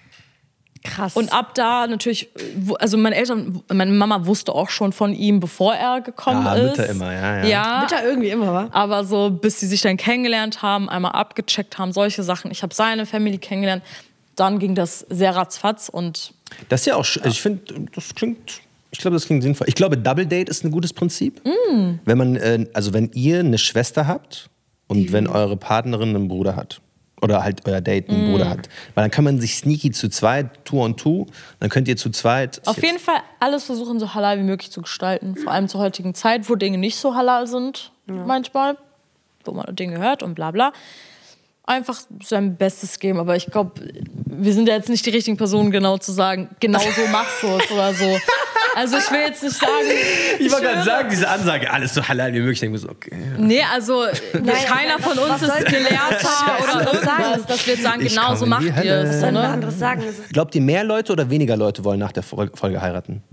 Krass. Und ab da natürlich, also meine Mama wusste auch schon von ihm, bevor er gekommen ist. Mütter immer, ja. Mütter irgendwie immer, wa? Aber so, bis sie sich dann kennengelernt haben, einmal abgecheckt haben, solche Sachen. Ich habe seine Family kennengelernt. Dann ging das sehr ratzfatz und... Das ist ja auch, ich finde, das klingt sinnvoll. Ich glaube, Double Date ist ein gutes Prinzip. Wenn man, wenn ihr eine Schwester habt und wenn eure Partnerin einen Bruder hat. Oder halt euer Date einen Bruder hat. Weil dann kann man sich sneaky zu zweit, two on two, dann könnt ihr zu zweit... Auf jeden Fall alles versuchen, so halal wie möglich zu gestalten. Vor allem zur heutigen Zeit, wo Dinge nicht so halal sind, manchmal. Wo man Dinge hört und bla bla. Einfach sein Bestes geben. Aber ich glaube, wir sind ja jetzt nicht die richtigen Personen, genau zu sagen, genau so machst du es oder so. Also ich will jetzt nicht sagen... Ich wollte gerade sagen, diese Ansage, alles so halal wie möglich. Ich denke mir so, okay. Nee, also keiner von uns ist Gelehrter oder irgendwas, dass wir jetzt sagen, genau so macht ihr es. Was sollen wir anderes sagen? Glaubt ihr, mehr Leute oder weniger Leute wollen nach der Folge heiraten?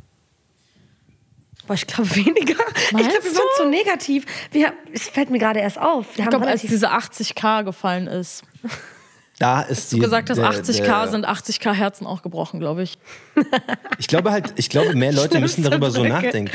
Boah, ich glaube weniger. Ich glaube, wir waren zu negativ. Es fällt mir gerade erst auf. Ich glaube, als diese 80.000 gefallen ist. Da ist du gesagt hast, 80.000 sind 80.000 Herzen auch gebrochen, glaube ich. Ich glaube, mehr Leute müssen darüber so nachdenken.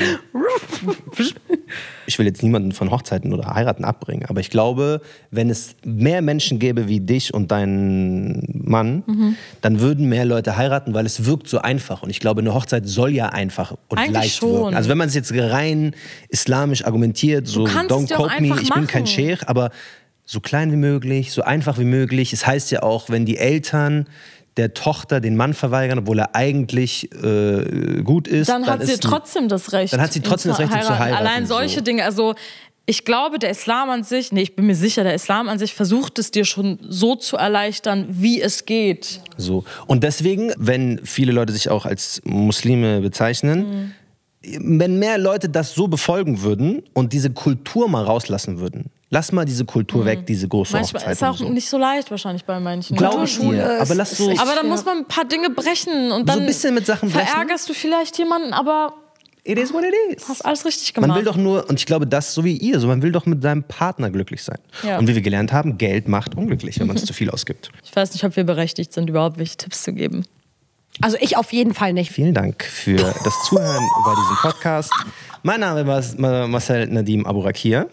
Ich will jetzt niemanden von Hochzeiten oder Heiraten abbringen, aber ich glaube, wenn es mehr Menschen gäbe wie dich und deinen Mann, dann würden mehr Leute heiraten, weil es wirkt so einfach. Und ich glaube, eine Hochzeit soll ja einfach und eigentlich leicht schon wirken. Also wenn man es jetzt rein islamisch argumentiert, so don't quote me, ich bin kein Scheich, aber so klein wie möglich, so einfach wie möglich. Es heißt ja auch, wenn die Eltern der Tochter den Mann verweigern, obwohl er eigentlich gut ist. Dann hat sie trotzdem das Recht. Dann hat sie trotzdem das Recht, ihn zu heiraten. Allein solche Dinge, also ich glaube, der Islam an sich, ich bin mir sicher, der Islam an sich versucht es dir schon so zu erleichtern, wie es geht. So. Und deswegen, wenn viele Leute sich auch als Muslime bezeichnen, wenn mehr Leute das so befolgen würden und diese Kultur mal rauslassen würden, lass mal diese Kultur weg, diese große Hochzeit. Manchmal ist auch so. Nicht so leicht wahrscheinlich bei manchen. Glaube ich dir, aber lass so. Aber dann muss man ein paar Dinge brechen und dann so ein bisschen mit Sachen verärgerst du vielleicht jemanden, aber it is what it is. Hast alles richtig gemacht. Man will doch nur, und ich glaube, das so wie ihr, so man will doch mit seinem Partner glücklich sein. Ja. Und wie wir gelernt haben, Geld macht unglücklich, wenn man es zu viel ausgibt. Ich weiß nicht, ob wir berechtigt sind, überhaupt welche Tipps zu geben. Also ich auf jeden Fall nicht. Vielen Dank für das Zuhören bei diesem Podcast. Mein Name ist Marcel Nadim Abourakir.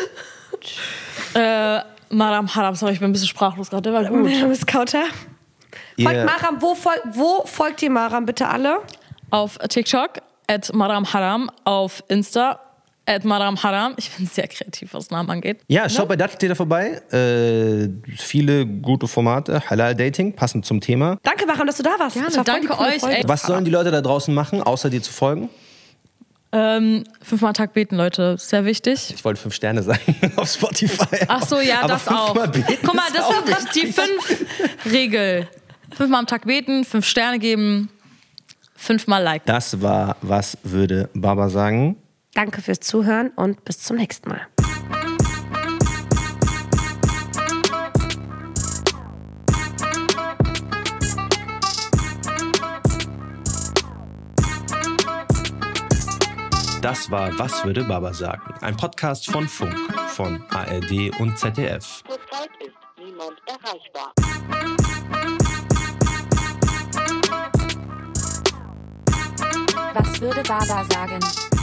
Maram Haram, sorry, ich bin ein bisschen sprachlos gerade, der war gut. Mein Name ist Kauter. Folgt Maram, wo folgt ihr Maram bitte alle? Auf TikTok, @Maram Haram, auf Insta, @maramharam. Ich bin sehr kreativ, was Namen angeht. Ja, schaut bei Datteltäter vorbei. Viele gute Formate. Halal Dating, passend zum Thema. Danke, Maram, dass du da warst. Gerne, Das war voll die danke coole euch, Folge. ey. Was sollen die Leute da draußen machen, außer dir zu folgen? 5-mal am Tag beten, Leute. Ist sehr wichtig. Ich wollte 5 Sterne sagen auf Spotify. Ach so, ja, aber das auch. 5-mal beten Guck mal, ist das auch ist die 5-Regel. 5-mal am Tag beten, 5 Sterne geben, 5-mal liken. Das war Was würde Baba sagen? Danke fürs Zuhören und bis zum nächsten Mal. Das war Was würde Baba sagen? Ein Podcast von Funk, von ARD und ZDF. Zurzeit ist niemand erreichbar. Was würde Baba sagen?